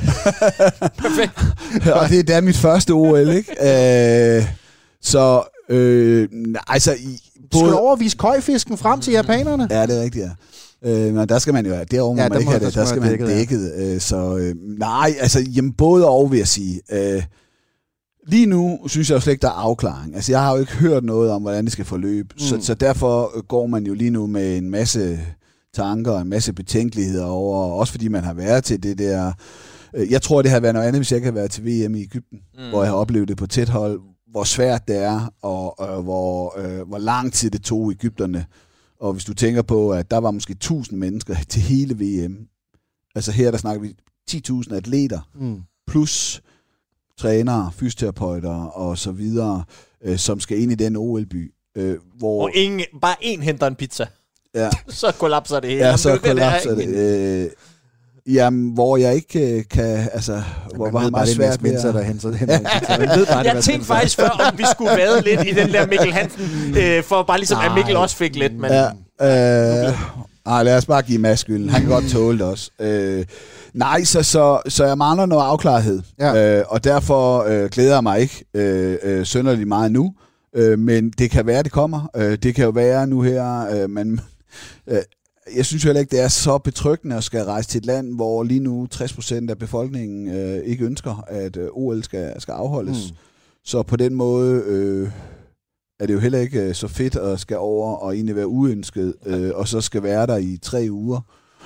Speaker 3: Perfekt. Og det er da mit første O L, ikke? Øh, så, øh, altså... I,
Speaker 2: både... Skal du overvise køjfisken frem til japanerne?
Speaker 3: Ja, det er rigtigt, ja. Øh, men der skal man jo, derovre ja, må man ikke have det, der skal man have dækket. Ja. Øh, så øh, nej, altså jamen, både og vil jeg sige. Øh, lige nu synes jeg jo slet ikke, der er afklaring. Altså jeg har jo ikke hørt noget om, hvordan det skal forløbe. Mm. Så, så derfor går man jo lige nu med en masse tanker og en masse betænkeligheder over, også fordi man har været til det der. Øh, jeg tror, det har været noget andet, hvis jeg ikke har været til V M i Egypten, mm. hvor jeg har oplevet det på tæt hold, hvor svært det er, og øh, hvor, øh, hvor lang tid det tog Egypterne. Og hvis du tænker på, at der var måske tusind mennesker til hele V M. Altså her, der snakker vi ti tusind atleter, mm. plus trænere, fysioterapeuter og så videre, øh, som skal ind i den O L-by. Øh, hvor
Speaker 1: og ingen, bare én henter en pizza.
Speaker 3: Ja.
Speaker 1: Så kollapser det hele.
Speaker 3: Ja, så kollapser det. det. Øh, jamen, hvor jeg ikke øh, kan, altså... Ja, hvor var meget svært
Speaker 2: med at... Der henter, henter
Speaker 1: ja. Jeg tænkte faktisk før, om vi skulle vade lidt i den der Mikkel Hansen, øh, for bare ligesom, at Mikkel også fik lidt. Men...
Speaker 3: Ja, øh, ej, lad os bare give Mads skylden. Han kan godt tåle det også. Øh, nej, så, så, så jeg mangler noget afklarethed. Ja. Øh, og derfor øh, glæder jeg mig ikke øh, øh, synderligt meget nu. Øh, men det kan være, det kommer. Øh, det kan jo være nu her, øh, men... Øh, jeg synes jo heller ikke, det er så betryggende at skal rejse til et land, hvor lige nu tres procent af befolkningen øh, ikke ønsker, at øh, O L skal, skal afholdes. Mm. Så på den måde øh, er det jo heller ikke øh, så fedt at skal over og egentlig være uønsket, øh, og så skal være der i tre uger.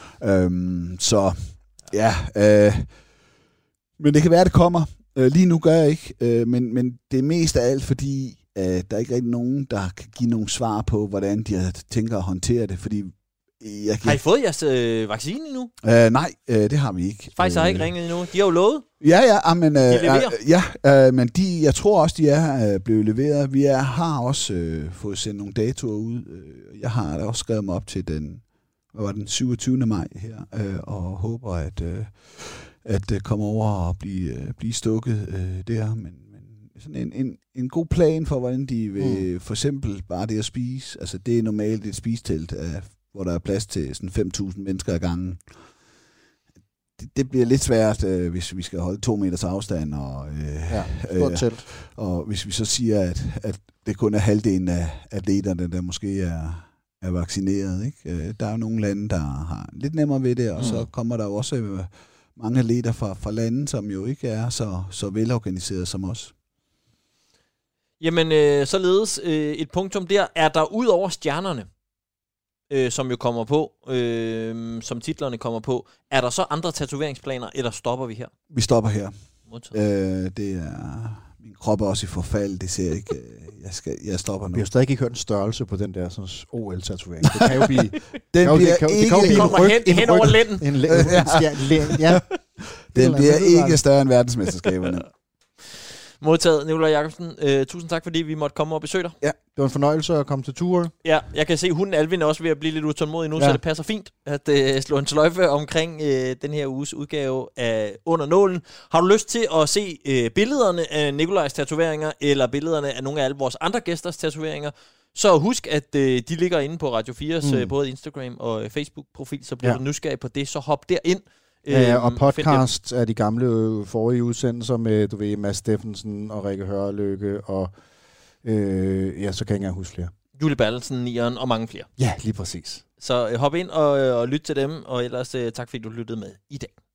Speaker 3: Øhm, så ja, øh, men det kan være, det kommer. Øh, lige nu gør jeg ikke, øh, men, men det er mest af alt, fordi øh, der er ikke rigtig nogen, der kan give nogle svar på, hvordan de tænker at håndtere det, fordi Jeg,
Speaker 1: har I fået jeres øh, vaccine endnu?
Speaker 3: Uh, nej, uh, det har vi ikke.
Speaker 1: Pfizer har ikke ringet endnu. De har jo lovet.
Speaker 3: Ja, ja, men, uh,
Speaker 1: de leverer.
Speaker 3: Uh, ja, uh, men de, jeg tror også, de er uh, blevet leveret. Vi er, har også uh, fået sendt nogle datoer ud. Uh, jeg har også skrevet mig op til den, hvad var den syvogtyvende maj her, uh, og håber, at, uh, at det kommer over og blive, uh, blive stukket uh, der. Men, men sådan en, en, en god plan for, hvordan de vil, mm. for eksempel bare det at spise. Altså, det er normalt et spistelt af hvor der er plads til sådan fem tusind mennesker ad gangen. Det, det bliver lidt svært, øh, hvis vi skal holde to meters afstand. Og, øh,
Speaker 2: ja, øh,
Speaker 3: og hvis vi så siger, at, at det kun er halvdelen af atleterne, der måske er, er vaccineret. Ikke? Der er jo nogle lande, der har lidt nemmere ved det, og mm. så kommer der jo også mange atleter fra, fra lande, som jo ikke er så, så velorganiseret som os.
Speaker 1: Jamen, øh, således øh, et punktum der. Er der ud over stjernerne, Øh, som jo kommer på, øh, som titlerne kommer på. Er der så andre tatoveringsplaner, eller stopper vi her?
Speaker 3: Vi stopper her. Øh, det er... Min krop er også i forfald, det ser ikke... Jeg, skal, jeg stopper nu.
Speaker 2: Vi har stadig ikke hørt en størrelse på den der sådan, O L-tatovering. Det kan jo blive... den
Speaker 3: kan, bliver det kan,
Speaker 1: ikke... Det kan jo blive
Speaker 2: en ryg,
Speaker 1: hen,
Speaker 2: en
Speaker 1: hen
Speaker 2: ryg,
Speaker 1: over lænden.
Speaker 2: En, en, ja, ja.
Speaker 3: Den bliver ikke større end verdensmesterskaberne.
Speaker 1: Modtaget, Nikolaj Jakobsen. Øh, tusind tak, fordi vi måtte komme og besøge dig.
Speaker 2: Ja, det var en fornøjelse at komme til Ture.
Speaker 1: Ja, jeg kan se, at hunden Alvin er også ved at blive lidt utålmodig nu, ja. Så det passer fint at øh, slå en sløjfe omkring øh, den her uges udgave af Under Nålen. Har du lyst til at se øh, billederne af Nikolajs tatoveringer, eller billederne af nogle af alle vores andre gæsters tatoveringer, så husk, at øh, de ligger inde på Radio fires mm. øh, både Instagram og øh, Facebook-profil, så bliver ja. du nysgerrig på det, så hop derind.
Speaker 2: Ja, og podcast er de gamle øh, forrige udsendelser med, du ved, Mads Steffensen og Rikke Hørløkke, og øh, ja, så kan jeg ikke engang huske flere.
Speaker 1: Julie Bertelsen, Nieren og mange flere.
Speaker 2: Ja, lige præcis.
Speaker 1: Så øh, hop ind og, øh, og lyt til dem, og ellers øh, tak fordi du lyttede med i dag.